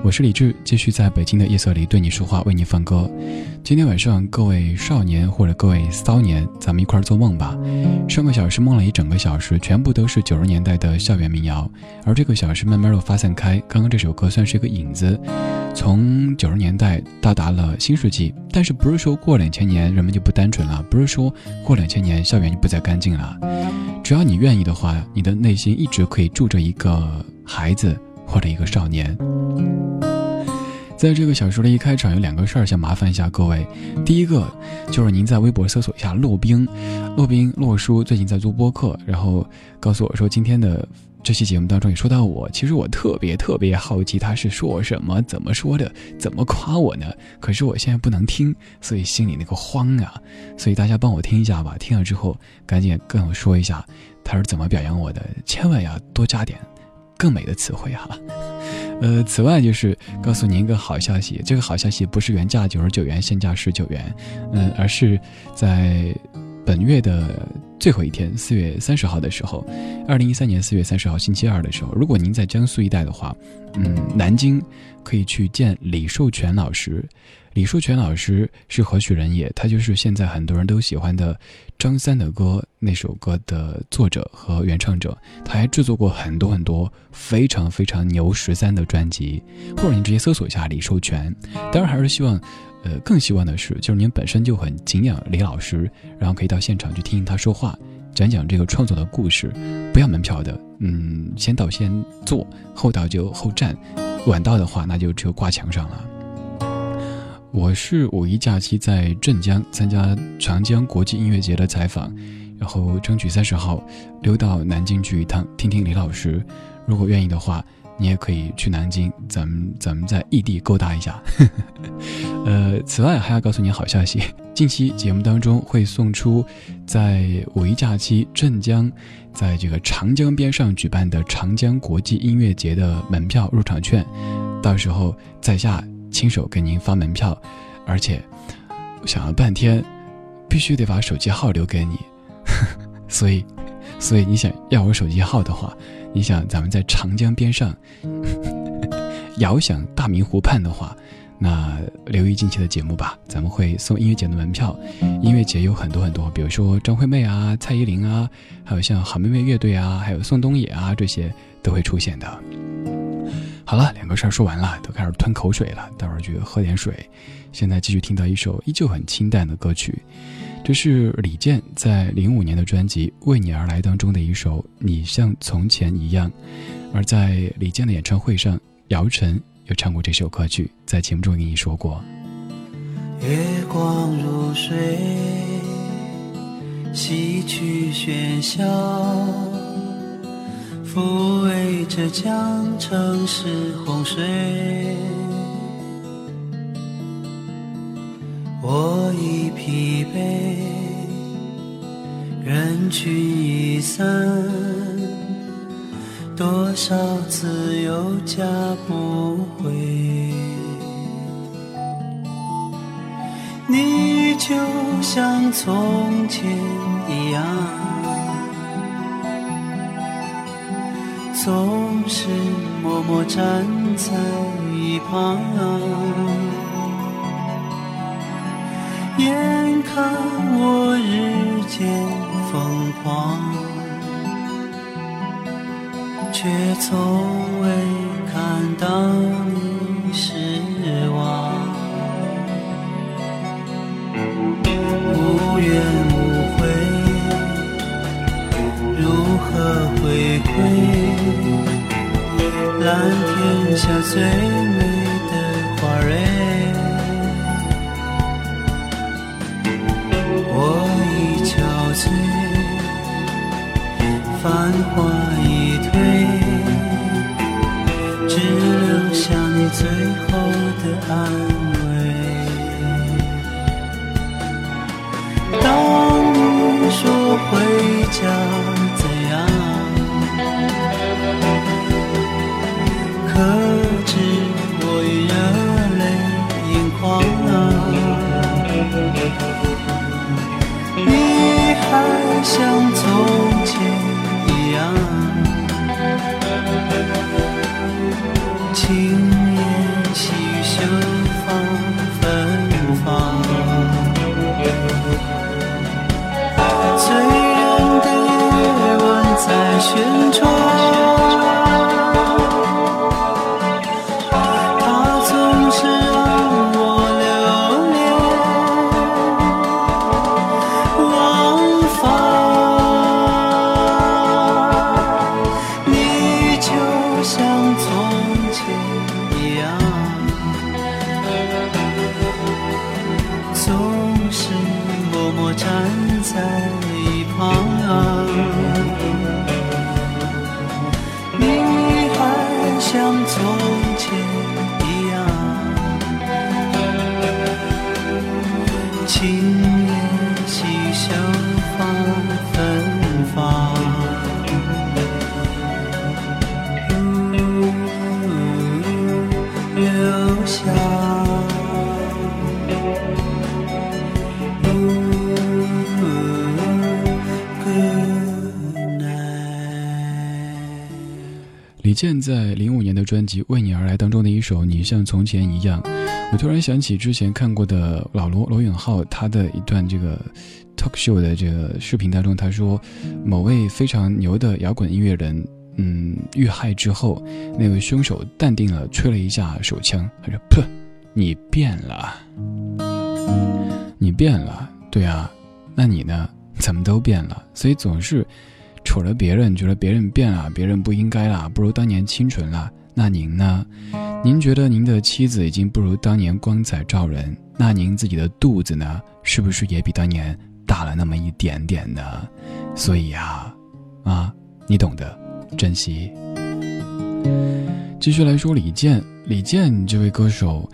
我是李志，继续在北京的夜色里对你说话，为你放歌。今天晚上各位少年或者各位骚年，咱们一块儿做梦吧。上个小时梦了一整个小时，全部都是90年代的校园民谣，而这个小时慢慢的发散开。刚刚这首歌算是一个引子，从90年代到达了新世纪，但是不是说过2000年人们就不单纯了，不是说过2000年校园就不再干净了。只要你愿意的话，你的内心一直可以住着一个孩子或者一个少年。在这个小说的一开场有2个事儿想麻烦一下各位。第一个就是您在微博搜索一下骆叔最近在做播客，然后告诉我说今天的这期节目当中也说到我，其实我特别好奇他是说什么，怎么说的，怎么夸我呢？可是我现在不能听，所以心里那个慌啊，所以大家帮我听一下吧，听了之后赶紧跟我说一下他是怎么表扬我的，千万要多加点更美的词汇哈。此外就是告诉您一个好消息，这个好消息不是原价99元现价19元，而是在本月的最后一天4月30号的时候，2013年4月30号星期二的时候，如果您在江苏一带的话，南京可以去见李寿全老师。李寿全老师是何许人也？他就是现在很多人都喜欢的张三的歌那首歌的作者和原唱者，他还制作过很多非常牛13的专辑，或者您直接搜索一下李寿全。当然还是希望更希望的是，就是您本身就很敬仰李老师，然后可以到现场去听他说话，讲这个创作的故事，不要门票的，先到先坐，后到就后站，晚到的话那就只有挂墙上了。我是5一假期在镇江参加长江国际音乐节的采访，然后争取30号溜到南京去一趟，听听李老师。如果愿意的话，你也可以去南京，咱们在异地勾搭一下。此外还要告诉你好消息，近期节目当中会送出在5一假期镇江在这个长江边上举办的长江国际音乐节的门票入场券，到时候在下亲手给您发门票，而且我想了半天必须得把手机号留给你。所以你想要我手机号的话，你想咱们在长江边上遥想大明湖畔的话，那留意近期的节目吧，咱们会送音乐节的门票。音乐节有很多，比如说张惠妹啊、蔡依林啊，还有像好妹妹乐队啊，还有宋冬野啊，这些都会出现的。好了，2个事儿说完了，都开始吞口水了，待会儿去喝点水。现在继续听到一首依旧很清淡的歌曲，这是李健在05年的专辑《为你而来》当中的一首《你像从前一样》，而在李健的演唱会上，姚晨有唱过这首歌曲，在节目中跟你说过。 月光如水，洗去喧嚣，抚慰着江城市洪水，我已疲惫，人群已散，多少次又加不回，你就像从前一样，总是默默站在一旁，眼看我日渐疯狂，却从未看到你失望，无怨无悔，如何回归蓝天下最美的花蕊，我已憔悴，繁华已退，只留下你最后的安慰。当你说回家怎样，可知我已热泪盈眶你还像从前一样，轻言想。 李健在05年的专辑《为你而来》当中的一首《你像从前一样》，我突然想起之前看过的老罗永浩他的一段这个 talk show 的这个视频当中，他说某位非常牛的摇滚音乐人遇害之后，那个凶手淡定了吹了一下手枪，他说噗，你变了，你变了。对啊，那你呢？怎么都变了？所以总是瞅着别人，觉得别人变了，别人不应该了，不如当年清纯了。那您呢？您觉得您的妻子已经不如当年光彩照人，那您自己的肚子呢？是不是也比当年大了那么一点点呢？所以啊，你懂得，珍惜。继续来说李健这位歌手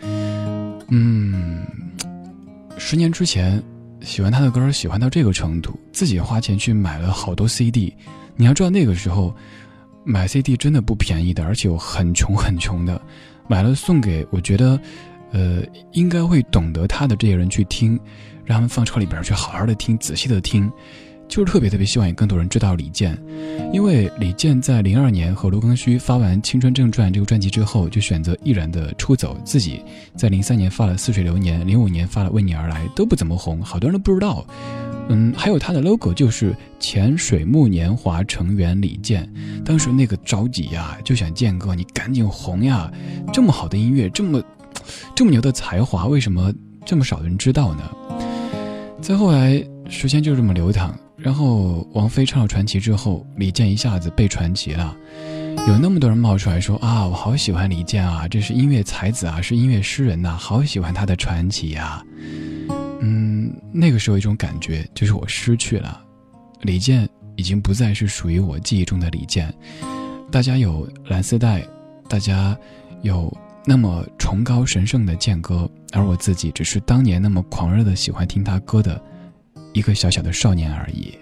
，10年之前喜欢他的歌喜欢到这个程度，自己花钱去买了好多 CD。 你要知道那个时候买 CD 真的不便宜的，而且我很穷的，买了送给我觉得应该会懂得他的这些人去听，让他们放车里边去好好的听，仔细的听，就是特别希望有更多人知道李健。因为李健在02年和卢庚戌发完《青春正传》这个专辑之后，就选择毅然的出走，自己在03年发了《似水流年》，05年发了《为你而来》，都不怎么红，好多人都不知道。还有他的 logo 就是前水木年华成员李健，当时那个着急呀，就想健哥你赶紧红呀，这么好的音乐，这么牛的才华，为什么这么少人知道呢？再后来时间就这么流淌，然后王菲唱了传奇之后，李健一下子被传奇了，有那么多人冒出来说啊，我好喜欢李健啊，这是音乐才子啊，是音乐诗人啊，好喜欢他的传奇啊。那个时候一种感觉就是我失去了李健，已经不再是属于我记忆中的李健。大家有蓝丝带，大家有那么崇高神圣的健歌，而我自己只是当年那么狂热的喜欢听他歌的一个小小的少年而已。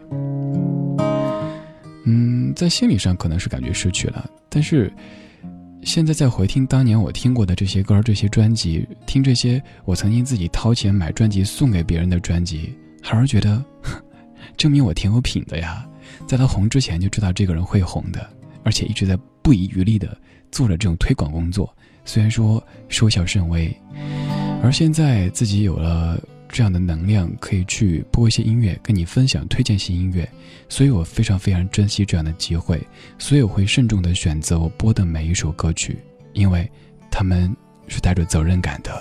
在心理上可能是感觉失去了，但是现在再回听当年我听过的这些歌，这些专辑，听这些我曾经自己掏钱买专辑送给别人的专辑，还是觉得证明我挺有品的呀。在他红之前就知道这个人会红的，而且一直在不遗余力的做着这种推广工作，虽然说收效甚微。而现在自己有了这样的能量，可以去播一些音乐跟你分享，推荐新音乐，所以我非常珍惜这样的机会，所以我会慎重的选择我播的每一首歌曲，因为他们是带着责任感的。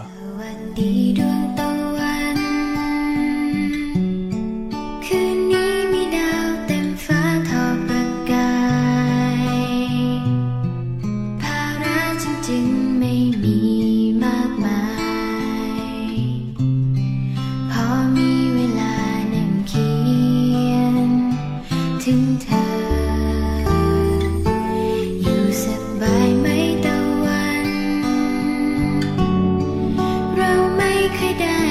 เราไม่เคยได้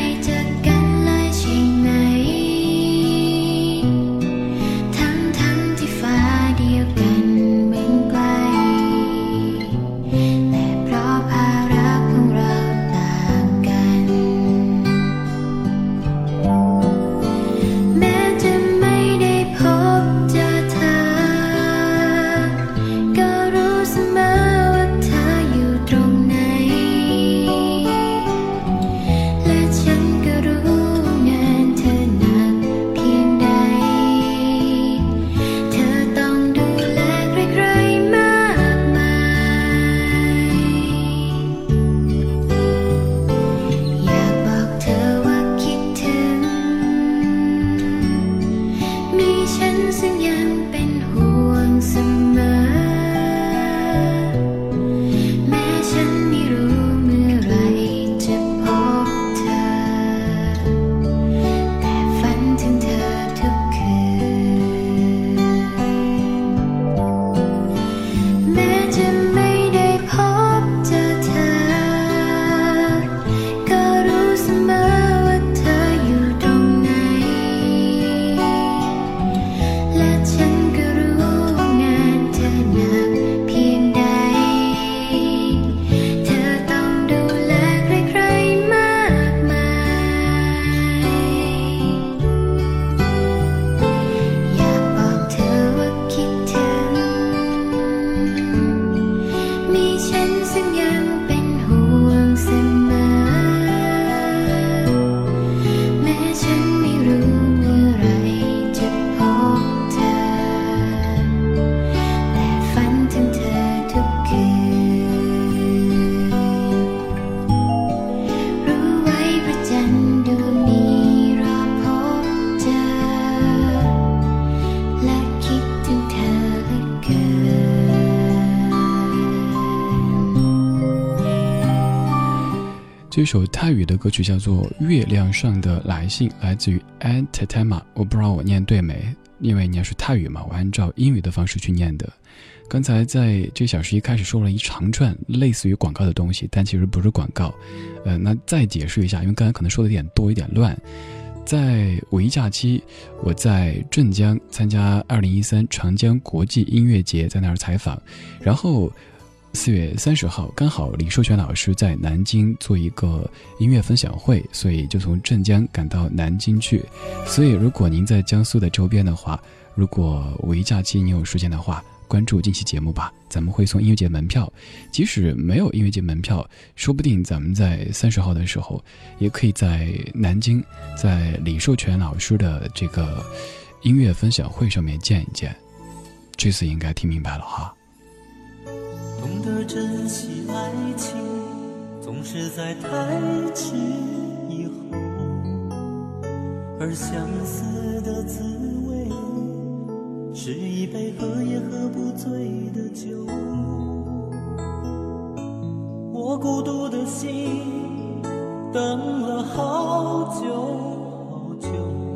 这首泰语的歌曲叫做《月亮上的来信》，来自于 Antetema。 我不知道我念对没，因为念是泰语嘛，我按照英语的方式去念的。刚才在这小时一开始说了一长串类似于广告的东西，但其实不是广告。那再解释一下，因为刚才可能说的有点多，有点乱。在五一假期，我在镇江参加2013长江国际音乐节，在那儿采访。然后4月30号刚好李寿全老师在南京做一个音乐分享会，所以就从镇江赶到南京去。所以如果您在江苏的周边的话，如果五一假期你有时间的话，关注近期节目吧，咱们会送音乐节门票。即使没有音乐节门票，说不定咱们在30号的时候也可以在南京，在李寿全老师的这个音乐分享会上面见一见。这次应该听明白了哈。 懂得珍惜爱情，总是在太迟以后，而相思的滋味是一杯喝也喝不醉的酒。我孤独的心等了好久好久，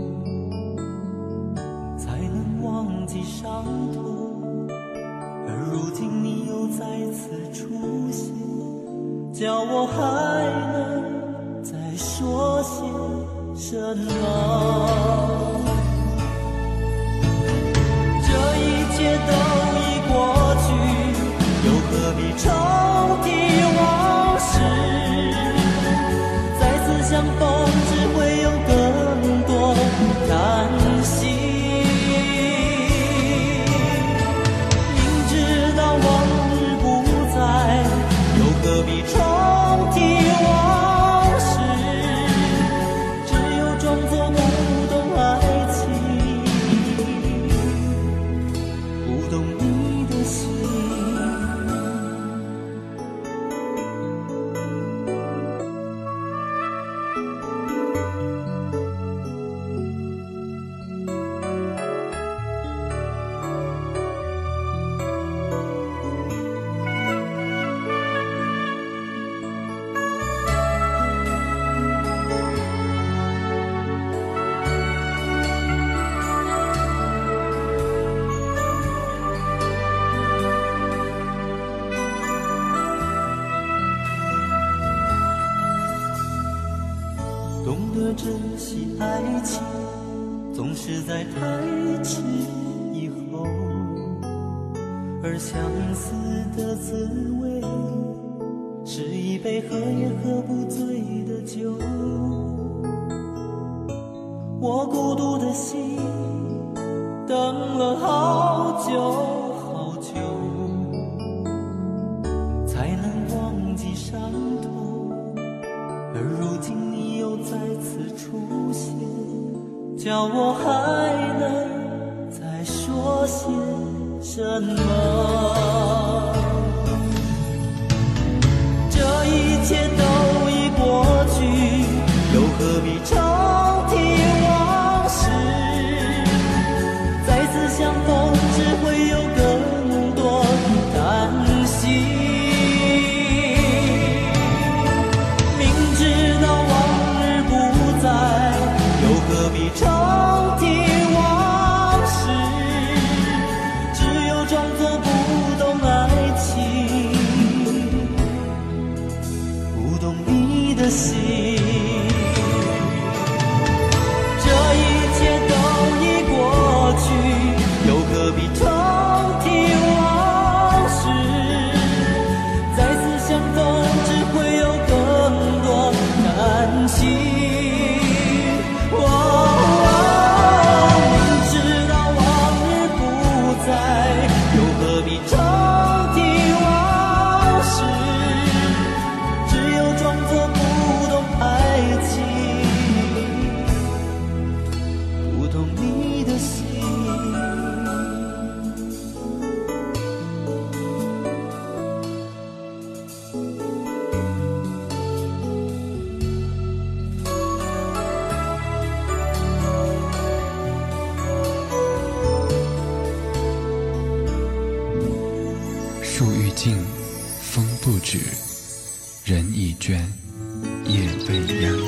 才能忘记伤痛，而如今你又再次出现，叫我还能再说些什么？这一切都已过去，又何必重提往事？再次相逢只会有更多叹息。明知道往日不在，又何必重提往事？只有装作不懂爱情，不懂你的心。懂得珍惜爱情，总是在太迟以后，而相思的滋味是一杯喝也喝不醉的酒。我孤独的心等了好久好久，才能忘记伤痛，而如今你又再次出现，叫我还能再说些什么？这一切都已过去，又何必重提往事？再次相逢只会有更多叹息。何必重提往事？只有装作不懂爱情，不懂你的心。这一切都已过去，又何必重提往事？再次相逢只会有更多叹息。 树欲静，风不止，人已倦。 夜未央。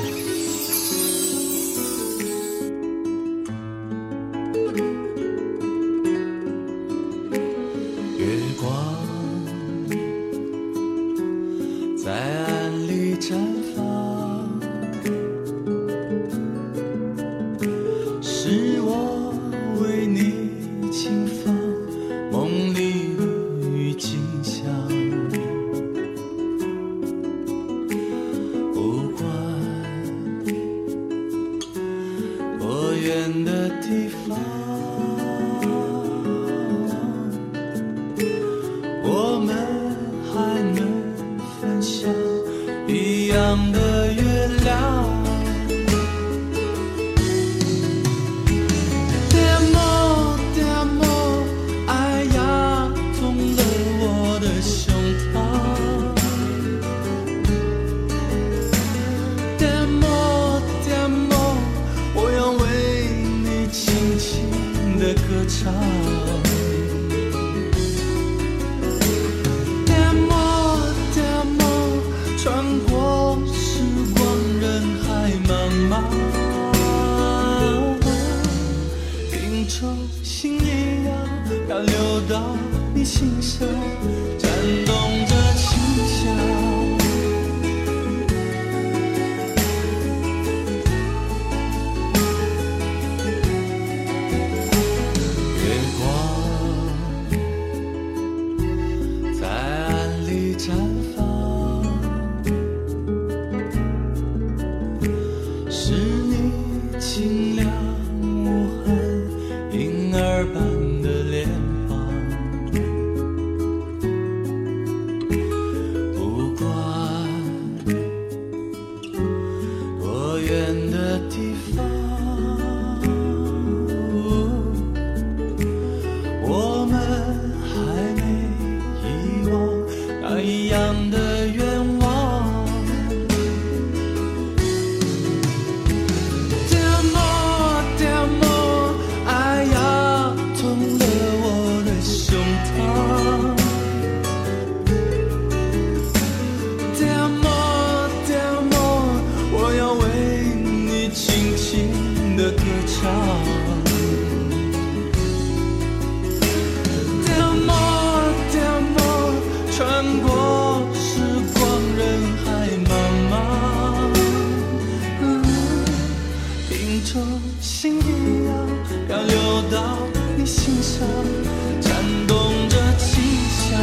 月光在暗里绽放，是我为你轻放梦里与景象。不管多远的地方，我们还能分享一样的月亮。T'amo, t'amo， 爱压痛了我的胸膛。T'amo, t'amo， 我要为你轻轻地歌唱。穿过时光人海茫茫，拼凑心一样要流到你心上，颤动着清香。月光在暗里绽放，是你清凉无痕婴儿般的脸庞。不管多远的地方，我们还没遗忘那一样的愿望。穿过时光人海茫茫，拼凑心一样要流到你心上，颤动着清香。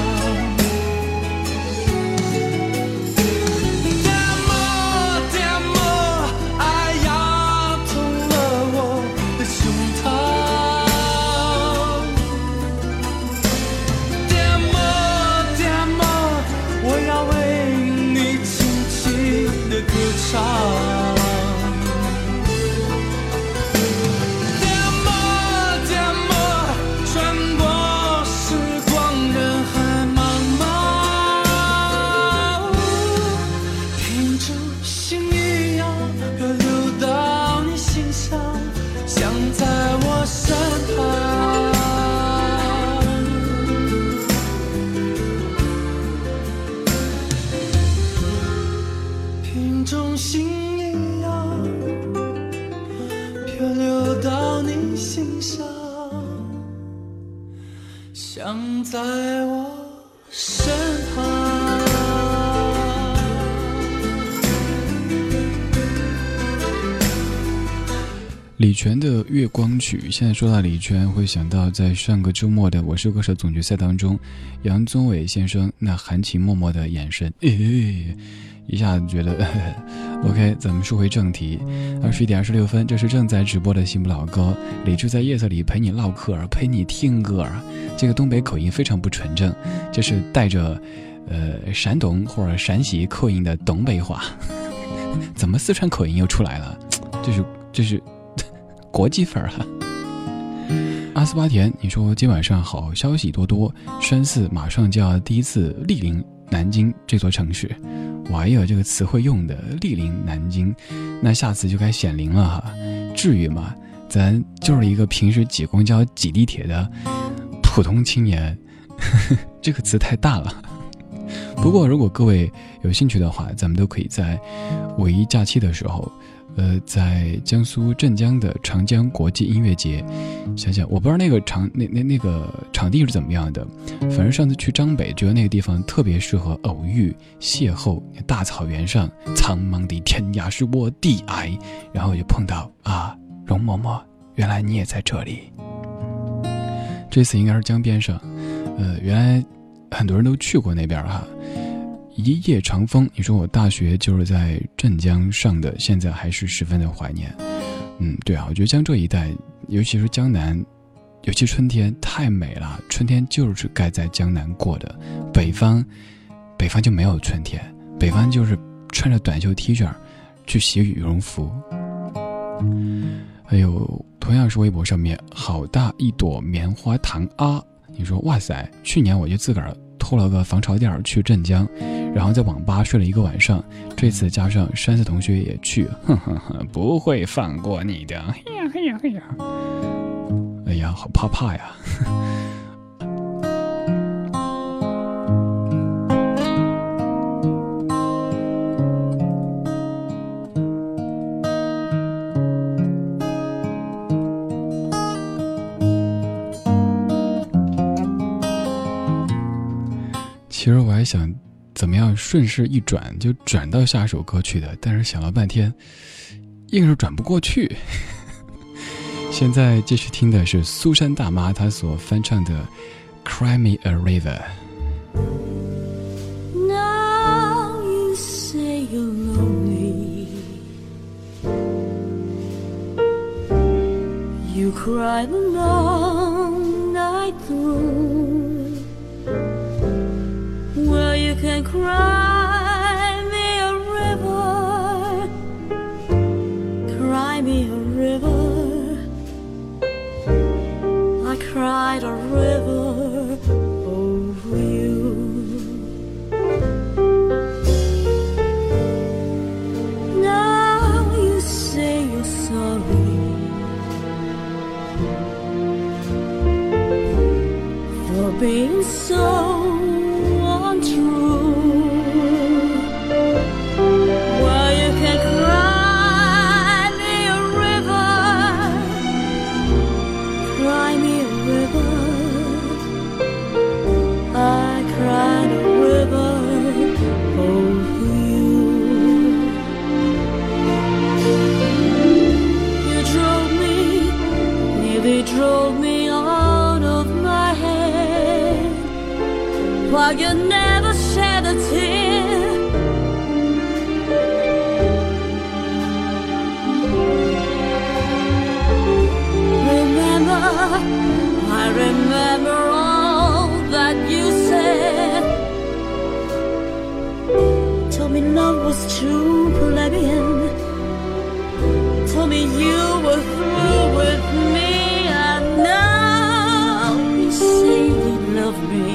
想在我身旁。 李泉的《月光曲》，现在说到李泉，会想到在上个周末的《我是歌手》总决赛当中，杨宗纬先生那含情脉脉的眼神，一下子觉得OK， 咱们说回正题。21点26分，这是正在直播的新不老歌，李志在夜色里陪你唠嗑，陪你听歌。这个东北口音非常不纯正，这是带着山东或者陕西口音的东北话。怎么四川口音又出来了？这是国际范儿啊！阿斯巴甜，你说今晚上好消息多多，山寺马上就要第一次莅临南京这座城市。哇呀，这个词汇用的莅临南京，那下次就该显灵了哈，至于吗？咱就是一个平时挤公交挤地铁的普通青年，这个词太大了。不不过如果各位有兴趣的话，咱们都可以在五一假期的时候在江苏镇江的长江国际音乐节，想想我不知道那个场地是怎么样的，反正上次去张北觉得那个地方特别适合偶遇邂逅，大草原上苍茫的天涯是我的爱，然后就碰到容嬷嬷，原来你也在这里。这次应该是江边上，原来很多人都去过那边哈。一夜长风，你说我大学就是在镇江上的，现在还是十分的怀念。对啊，我觉得江浙一带，尤其是江南，尤其春天太美了，春天就是该在江南过的。北方就没有春天，北方就是穿着短袖 T 恤去洗羽绒服。还有同样是微博上面，好大一朵棉花糖啊！你说哇塞，去年我就自个儿偷了个防潮垫去镇江，然后在网吧睡了一个晚上，这次加上山寺同学也去，不会放过你的。哎呀，好怕呀。其实我还想怎么样顺势一转就转到下首歌去的，但是想了半天硬是转不过去。现在继续听的是苏珊大妈她所翻唱的 Cry Me a River。 Now you say you're lonely, you cry the long night through.Well, you can cry me a river, cry me a river. I cried a river over you. Now you say you're sorry for being so.Well, you can cry me a river, cry me a river. I cried a river over you. You drove me, nearly drove me out of my head, while you never shed a tear.I remember all that you said. Told me love was too plebeian. Told me you were through with me. And now you say you love me.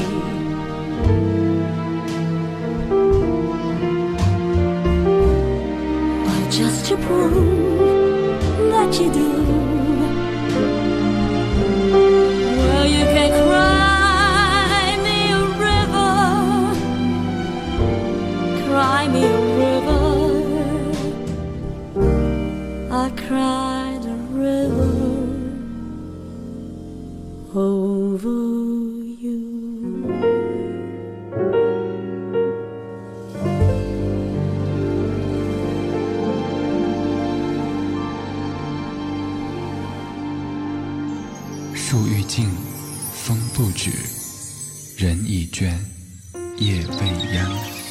Well, just to prove that you do.You can cry me a river, cry me a river. I cried a river over you. 树欲静风不止，人已倦，夜未央。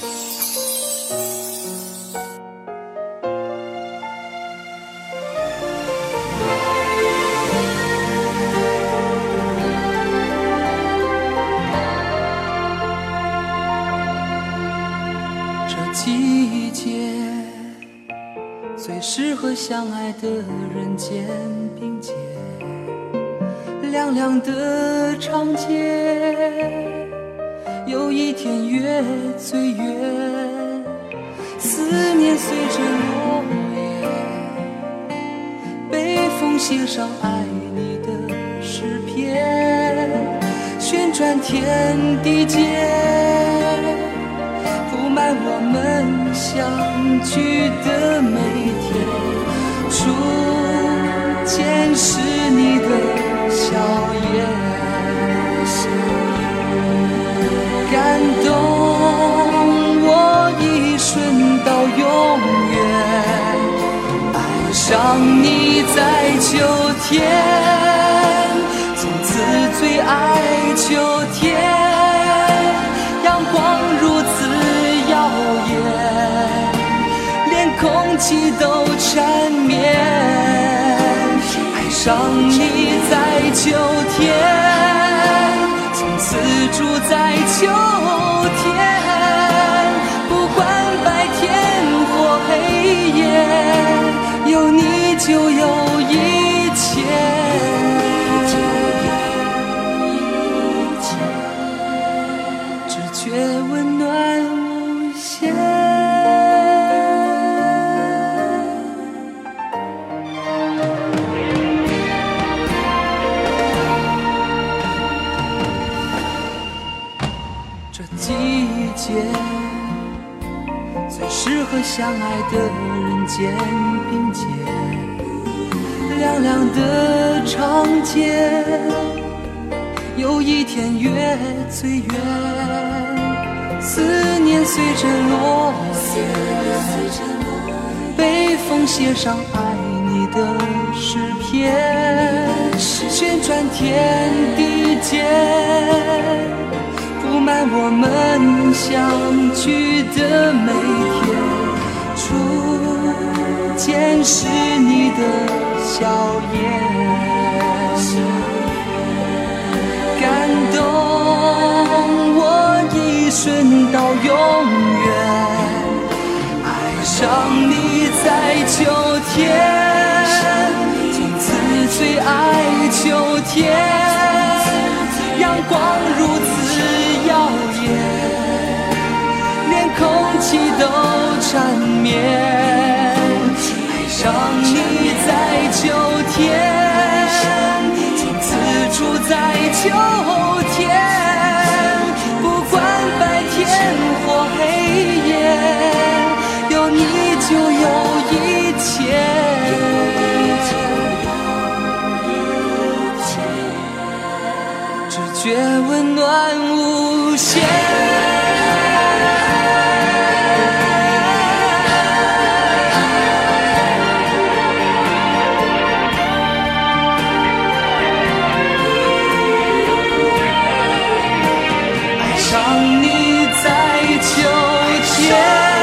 这季节最适合相爱的人肩并肩，凉凉的长街，有一天越最远，思念随着落叶，北风写上爱你的诗篇，旋转天地间， 相聚的每天，初见是你的笑颜，感动我一瞬到永远，爱上你在秋天，从此最爱秋天，阳光如此耀眼，连空气都缠绵，爱上你在秋天，从此住在秋天，不管白天或黑夜，有你就有一切，只觉温暖无限。这季节最适合相爱的人肩并肩，凉凉的长街，有一天月最圆，思念随着落叶，北风写上爱你的诗篇，旋转天地间，布满我们相聚的每天，初见是你的笑颜，感动我一瞬到永远，爱上你在秋天，从此最爱秋天，阳光如此耀眼，连空气都缠绵，爱上你在秋天，从此住在秋天，不管白天或黑夜，有你就有一切，只觉温暖无限。爱上你在秋天，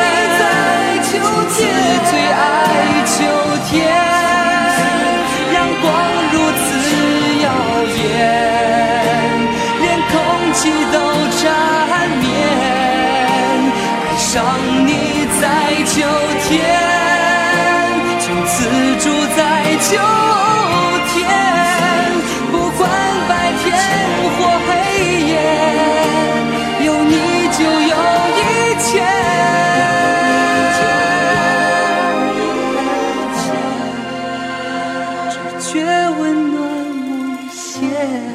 此最爱秋天，阳光如此耀眼，连空气都缠绵，爱上你在秋天，从此住在秋天，不管白天或黑夜，有你就有一切，只觉温暖无限。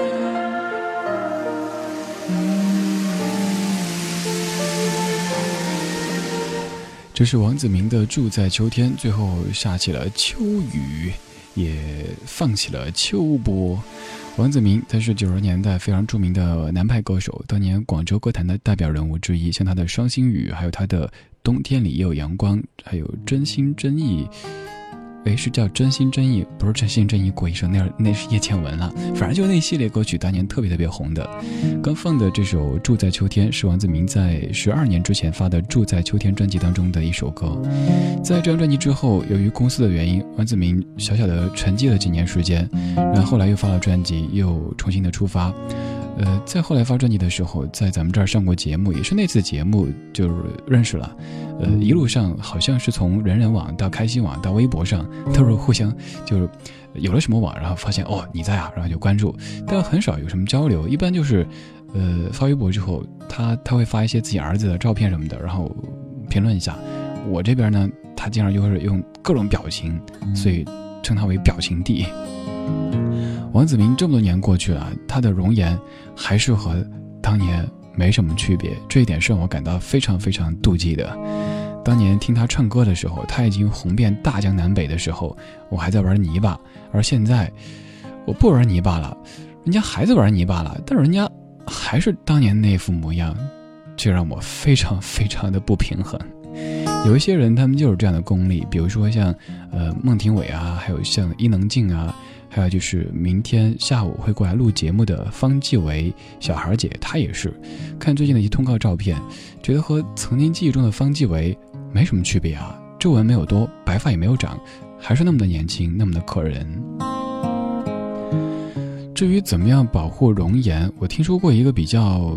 这是王子明的《住在秋天》，最后下起了秋雨，也放起了秋波。王子明他是90年代非常著名的南派歌手，当年广州歌坛的代表人物之一，像他的《双星雨》，还有他的《冬天里也有阳光》，还有《真心真意》。是叫真心真意，不是真心真意过一生，那是叶倩文了。反正就那系列歌曲当年特别红的。刚放的这首《住在秋天》是王子明在12年之前发的《住在秋天》专辑当中的一首歌。在这张专辑之后，由于公司的原因，王子明小小的沉寂了几年时间，然后后来又发了专辑，又重新的出发。在后来发专辑的时候，在咱们这儿上过节目，也是那次节目就认识了。一路上好像是从人人网到开心网到微博上，都是互相就是有了什么网，然后发现哦你在啊，然后就关注，但很少有什么交流。一般就是发微博之后，他会发一些自己儿子的照片什么的，然后评论一下。我这边呢，他经常就是用各种表情，所以称他为表情帝。王子明这么多年过去了，他的容颜还是和当年没什么区别，这一点是让我感到非常妒忌的。 当年听他唱歌的时候，他已经红遍大江南北的时候，我还在玩泥巴，而现在我不玩泥巴了，人家还在玩泥巴了，但是人家还是当年那副模样，这让我非常非常的不平衡。有一些人他们就是这样的功力，比如说像孟庭苇啊，还有像伊能静啊，还有就是明天下午会过来录节目的方季韦小孩姐，她也是看最近的一些通告照片，觉得和曾经记忆中的方季韦没什么区别啊，皱纹没有多，白发也没有长，还是那么的年轻，那么的可人。至于怎么样保护容颜，我听说过一个比较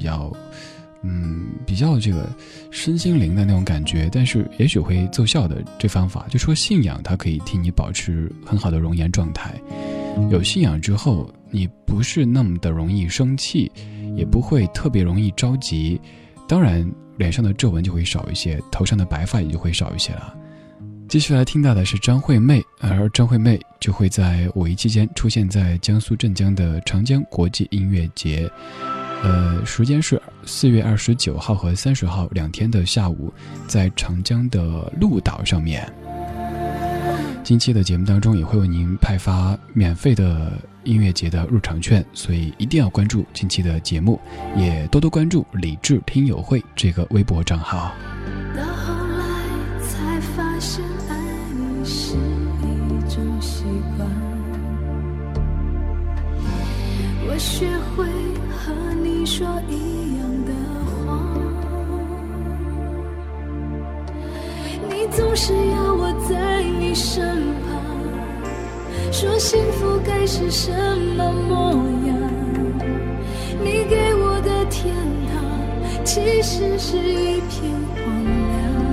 这个身心灵的那种感觉，但是也许会奏效的这方法，就说信仰它可以替你保持很好的容颜状态。有信仰之后，你不是那么的容易生气，也不会特别容易着急，当然脸上的皱纹就会少一些，头上的白发也就会少一些了。继续来听到的是张惠妹，而张惠妹就会在五一期间出现在江苏镇江的长江国际音乐节，时间是4月29号和30号2天的下午，在长江的鹭岛上面。近期的节目当中也会为您派发免费的音乐节的入场券，所以一定要关注近期的节目，也多多关注理智听友会这个微博账号。 到后来才发现爱你是一种习惯，我学会和你说一样的话，你总是要我在你身旁，说幸福该是什么模样，你给我的天堂其实是一片荒凉。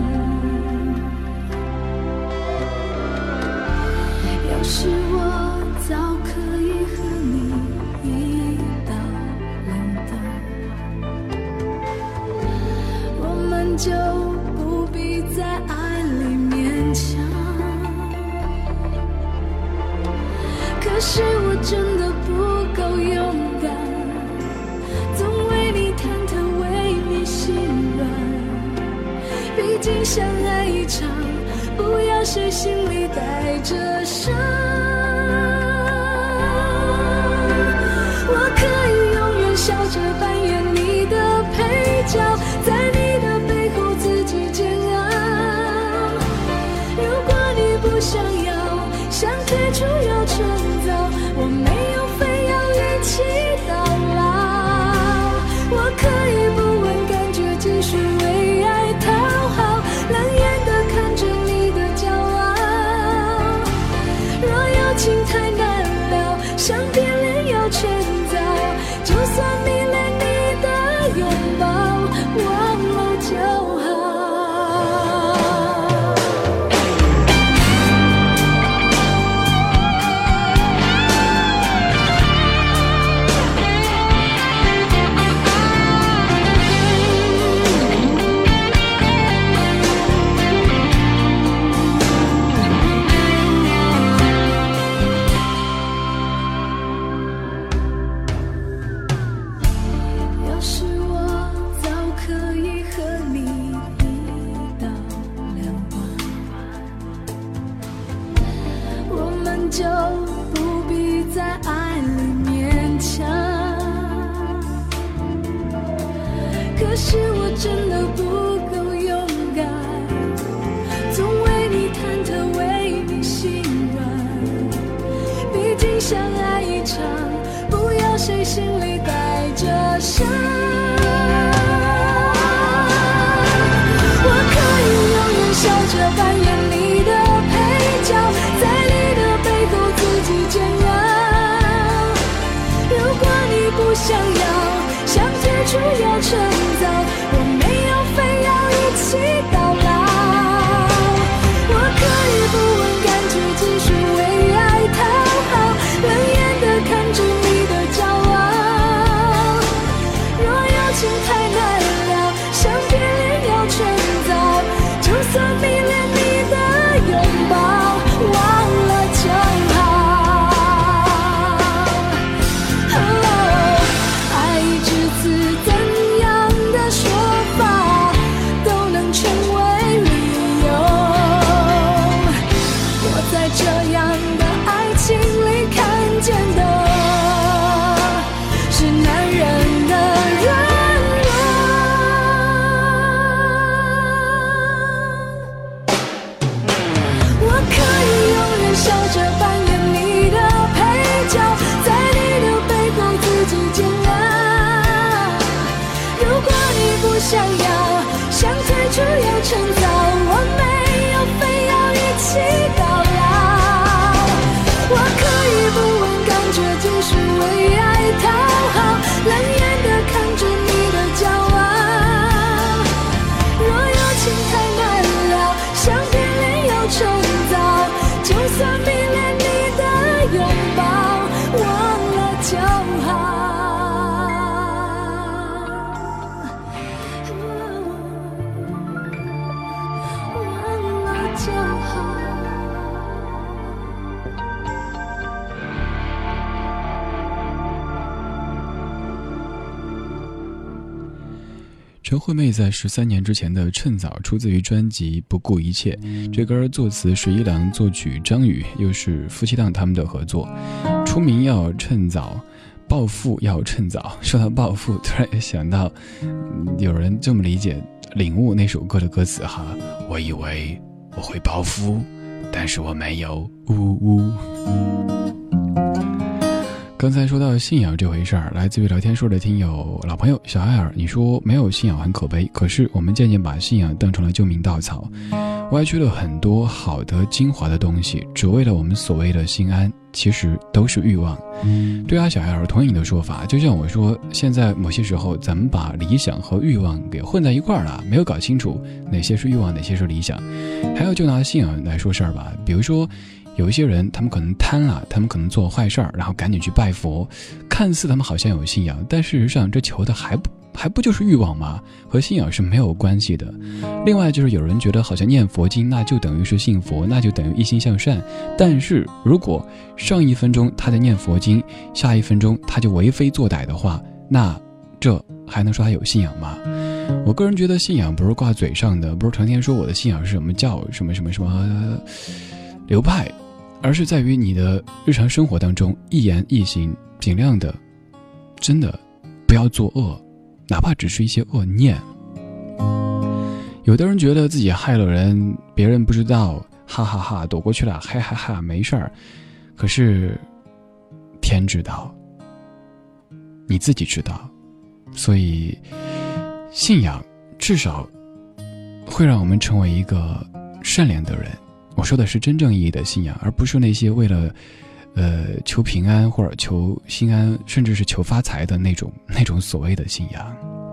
要是我早可以和你一刀两断，我们就不必在爱里勉强。可是我真的不够勇敢，总为你忐忑，为你心软。毕竟相爱一场，不要谁心里带着伤。我可以永远笑着扮演你的配角，在你的背后自己煎熬。如果你不想要，想退出又趁早，我没有非要一起到老。我可以不问感觉，继续为爱讨好，冷眼地看着你的骄傲。若有情太难了，想变脸要趁早，就算迷恋你的拥抱，忘了就好。要是我早可以和你一刀两断，我们就不必在爱里勉强。可是我真的不够勇敢，总为你忐忑，为你心软。毕竟相爱一场，不要谁心里带着伤。我可以永远笑着扮演你的配角，在你的背后自己煎熬。如果你不想要，想退出又趁早，我没有非要一起到老。我可以不问感觉，继续为爱讨好，冷眼地看着你的骄傲。若有情太难了，想变脸要趁早，就算迷恋你的处有趁早，我没有非要一起到老。我可以不问，感觉就是为爱讨好，冷眼地看着你的骄傲。若有情太难了，想变脸又趁早，就算迷恋你的拥抱，忘了就好。 陈惠妹在13年之前的《趁早》出自于专辑《不顾一切》，这歌作词是一郎，作曲张宇，又是夫妻档他们的合作。出名要趁早，暴富要趁早。说到暴富，突然想到，有人这么理解领悟那首歌的歌词哈，我以为我会暴富，但是我没有，呜呜。刚才说到信仰这回事儿，来自于聊天说的听友老朋友小艾尔，你说没有信仰很可悲，可是我们渐渐把信仰当成了救命稻草，歪曲了很多好的精华的东西，只为了我们所谓的心安，其实都是欲望。对啊，小艾尔，同意你的说法，就像我说，现在某些时候咱们把理想和欲望给混在一块儿了，没有搞清楚哪些是欲望，哪些是理想。还有就拿信仰来说事儿吧，比如说有一些人，他们可能贪了，他们可能做坏事儿，然后赶紧去拜佛，看似他们好像有信仰，但事实上这求的还不就是欲望吗？和信仰是没有关系的。另外就是有人觉得好像念佛经那就等于是信佛，那就等于一心向善，但是如果上一分钟他在念佛经，下一分钟他就为非作歹的话，那这还能说他有信仰吗？我个人觉得信仰不是挂嘴上的，不是成天说我的信仰是什么教什么什么什么流派，而是在于你的日常生活当中一言一行尽量的真的不要作恶，哪怕只是一些恶念。有的人觉得自己害了人，别人不知道，哈哈哈躲过去了，哈哈哈没事儿。可是天知道，你自己知道，所以信仰至少会让我们成为一个善良的人。我说的是真正意义的信仰，而不是那些为了求平安或者求心安，甚至是求发财的那种所谓的信仰。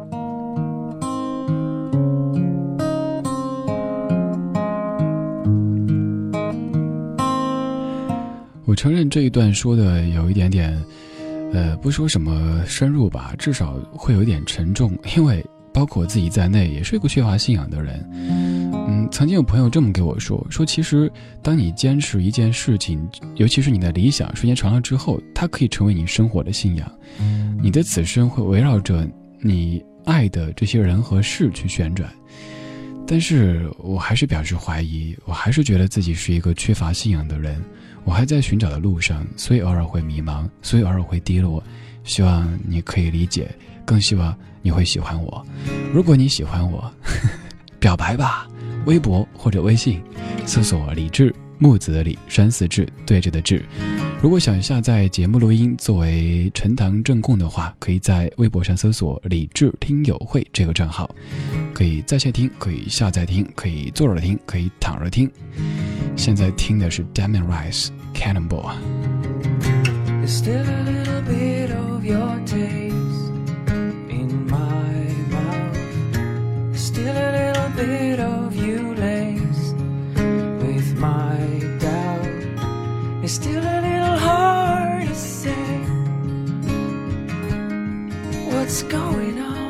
我承认这一段说的有一点点不说什么深入吧，至少会有一点沉重，因为包括我自己在内也是一个缺乏信仰的人。曾经有朋友这么给我说其实当你坚持一件事情，尤其是你的理想时间长了之后，它可以成为你生活的信仰，你的此生会围绕着你爱的这些人和事去旋转。但是我还是表示怀疑，我还是觉得自己是一个缺乏信仰的人，我还在寻找的路上，所以偶尔会迷茫，所以偶尔会低落。希望你可以理解，更希望你会喜欢我。如果你喜欢我表白吧，微博或者微信搜索李志，木子的李，山寺志，对着的志。如果想下载节目录音作为陈堂正供的话，可以在微博上搜索李志听友会这个账号，可以在线听，可以下载听，可以坐着听，可以躺着听。现在听的是 Damien Rice Cannonball。 There's still a little bit of your taste in my mouth. There's still a little bit of you laced with my doubt. It's still a little hard to say what's going on.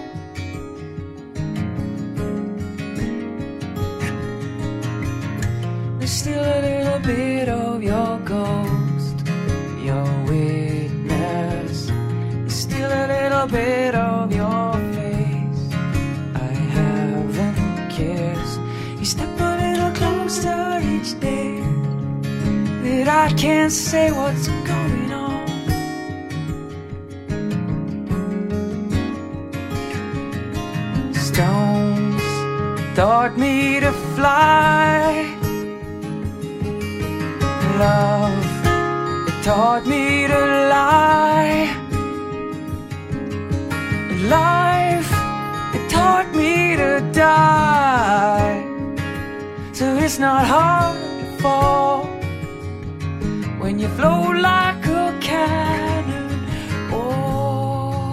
There's still a little bit of your ghost, your witness. There's still a little bit of your face I haven't kissed. You step a little closer each day, that I can't say what's going on. Stones taught me to fly. Love, it taught me to lie. Life, it taught me to die. it's not hard to fall when you float like a cannon. Oh,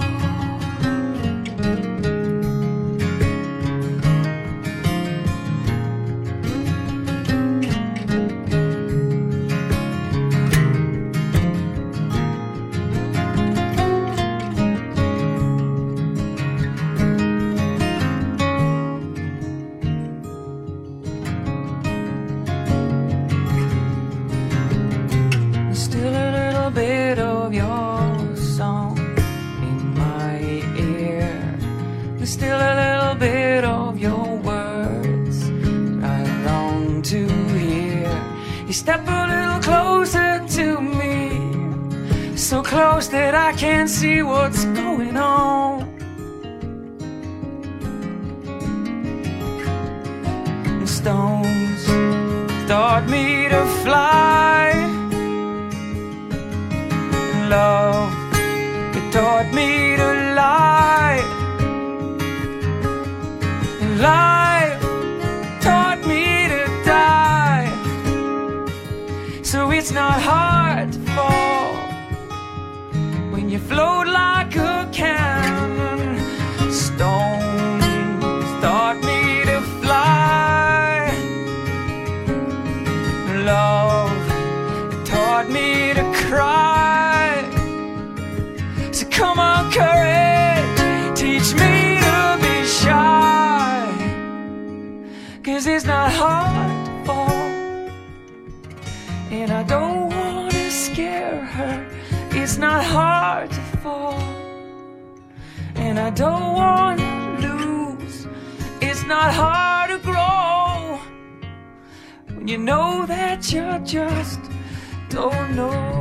still a little bit of your song in my ear. There's still a little bit of your words that I long to hear. You step a little closer to me, so close that I can't see what's going on. And stones taught me to fly. Love, it taught me to lie. And life taught me to die. So it's not hard to fall when you float like a cannon. Stones taught me to fly. Love, it taught me to cry. Come on, courage, teach me to be shy. 'Cause it's not hard to fall, and I don't want to scare her. It's not hard to fall, and I don't want to lose. It's not hard to grow when you know that you just don't know.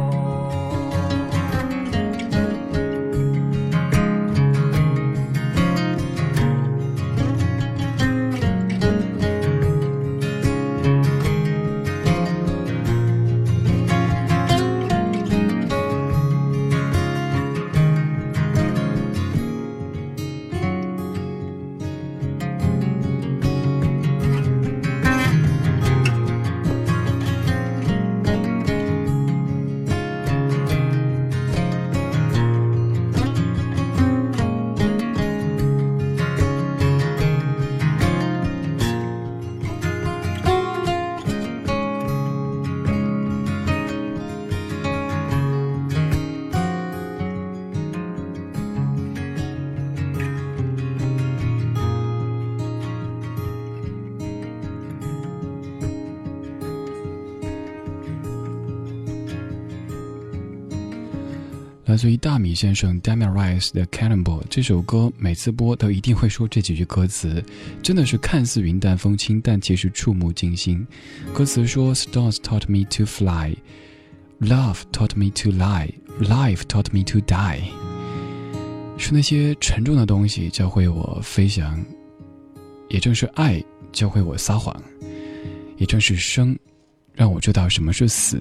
来自于大米先生 Damien Rice 的 Cannonball 这首歌，每次播都一定会说这几句歌词，真的是看似云淡风轻，但其实触目惊心。歌词说 Stars taught me to fly, Love taught me to lie, Life taught me to die。 是那些沉重的东西教会我飞翔，也正是爱教会我撒谎，也正是生让我知道什么是死。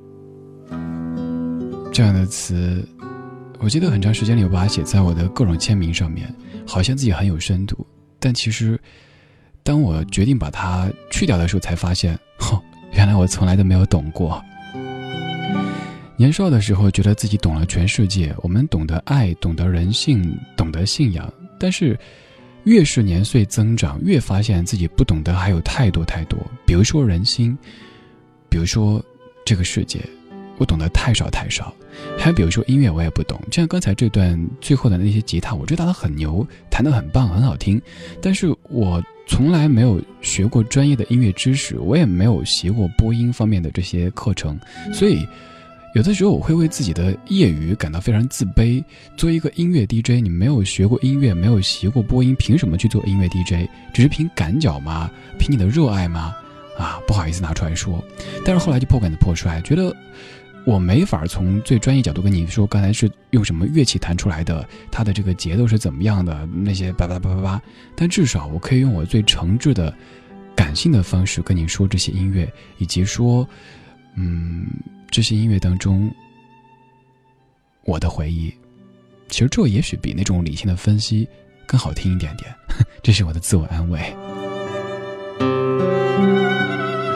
这样的词我记得很长时间里我把它写在我的各种签名上面，好像自己很有深度，但其实当我决定把它去掉的时候才发现，原来我从来都没有懂过。年少的时候觉得自己懂了全世界，我们懂得爱，懂得人性，懂得信仰，但是越是年岁增长，越发现自己不懂得还有太多太多，比如说人心，比如说这个世界我懂得太少太少，还比如说音乐我也不懂，就像刚才这段最后的那些吉他，我知道它很牛，弹得很棒很好听，但是我从来没有学过专业的音乐知识，我也没有学过播音方面的这些课程，所以有的时候我会为自己的业余感到非常自卑。作为一个音乐 DJ， 你没有学过音乐，没有学过播音，凭什么去做音乐 DJ？ 只是凭感脚吗？凭你的热爱吗？不好意思拿出来说。但是后来就破罐子破摔，觉得我没法从最专业角度跟你说刚才是用什么乐器弹出来的，它的这个节奏是怎么样的，那些叭叭叭叭叭，但至少我可以用我最诚挚的感性的方式跟你说这些音乐，以及说这些音乐当中我的回忆。其实这也许比那种理性的分析更好听一点点，这是我的自我安慰。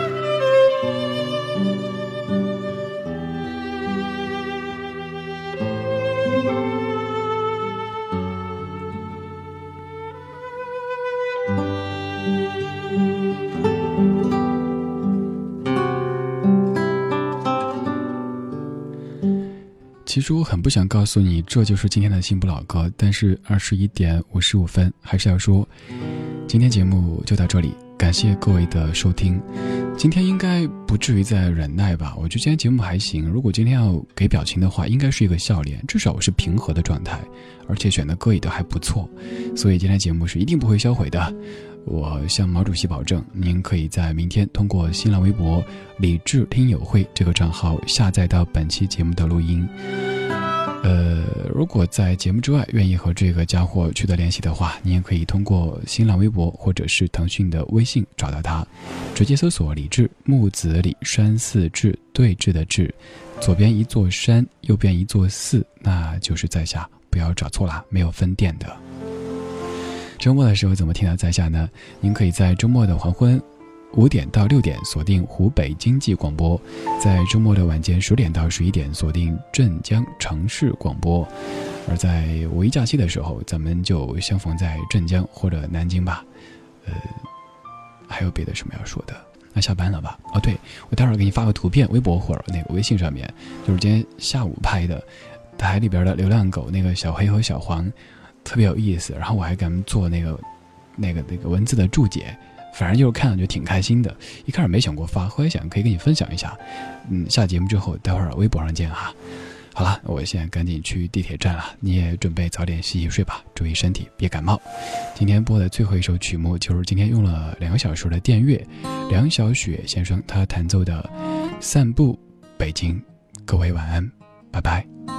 其实我很不想告诉你这就是今天的幸福老歌，但是21点55分还是要说，今天节目就到这里，感谢各位的收听。今天应该不至于再忍耐吧，我觉得今天节目还行，如果今天要给表情的话，应该是一个笑脸，至少我是平和的状态，而且选的歌也都还不错，所以今天节目是一定不会销毁的。我向毛主席保证，您可以在明天通过新浪微博理智听友会这个账号下载到本期节目的录音。如果在节目之外愿意和这个家伙取得联系的话，你也可以通过新浪微博或者是腾讯的微信找到他，直接搜索李志，木子李，山寺志，对峙的志，左边一座山，右边一座寺，那就是在下，不要找错了，没有分店的。周末的时候怎么听到在下呢？您可以在周末的黄昏5点到6点锁定湖北经济广播，在周末的晚间10点到11点锁定镇江城市广播，而在五一假期的时候，咱们就相逢在镇江或者南京吧。还有别的什么要说的？那下班了吧？哦，对，我待会儿给你发个图片，微博或者那个微信上面，就是今天下午拍的，台里边的流浪狗那个小黑和小黄，特别有意思。然后我还给他们做那个文字的注解。反正就是看了就挺开心的，一开始没想过发，后来想可以跟你分享一下。下节目之后，待会儿微博上见哈。好了，我现在赶紧去地铁站了，你也准备早点洗洗睡吧，注意身体，别感冒。今天播的最后一首曲目就是今天用了2个小时的电乐，梁小雪先生他弹奏的《散步北京》。各位晚安，拜拜。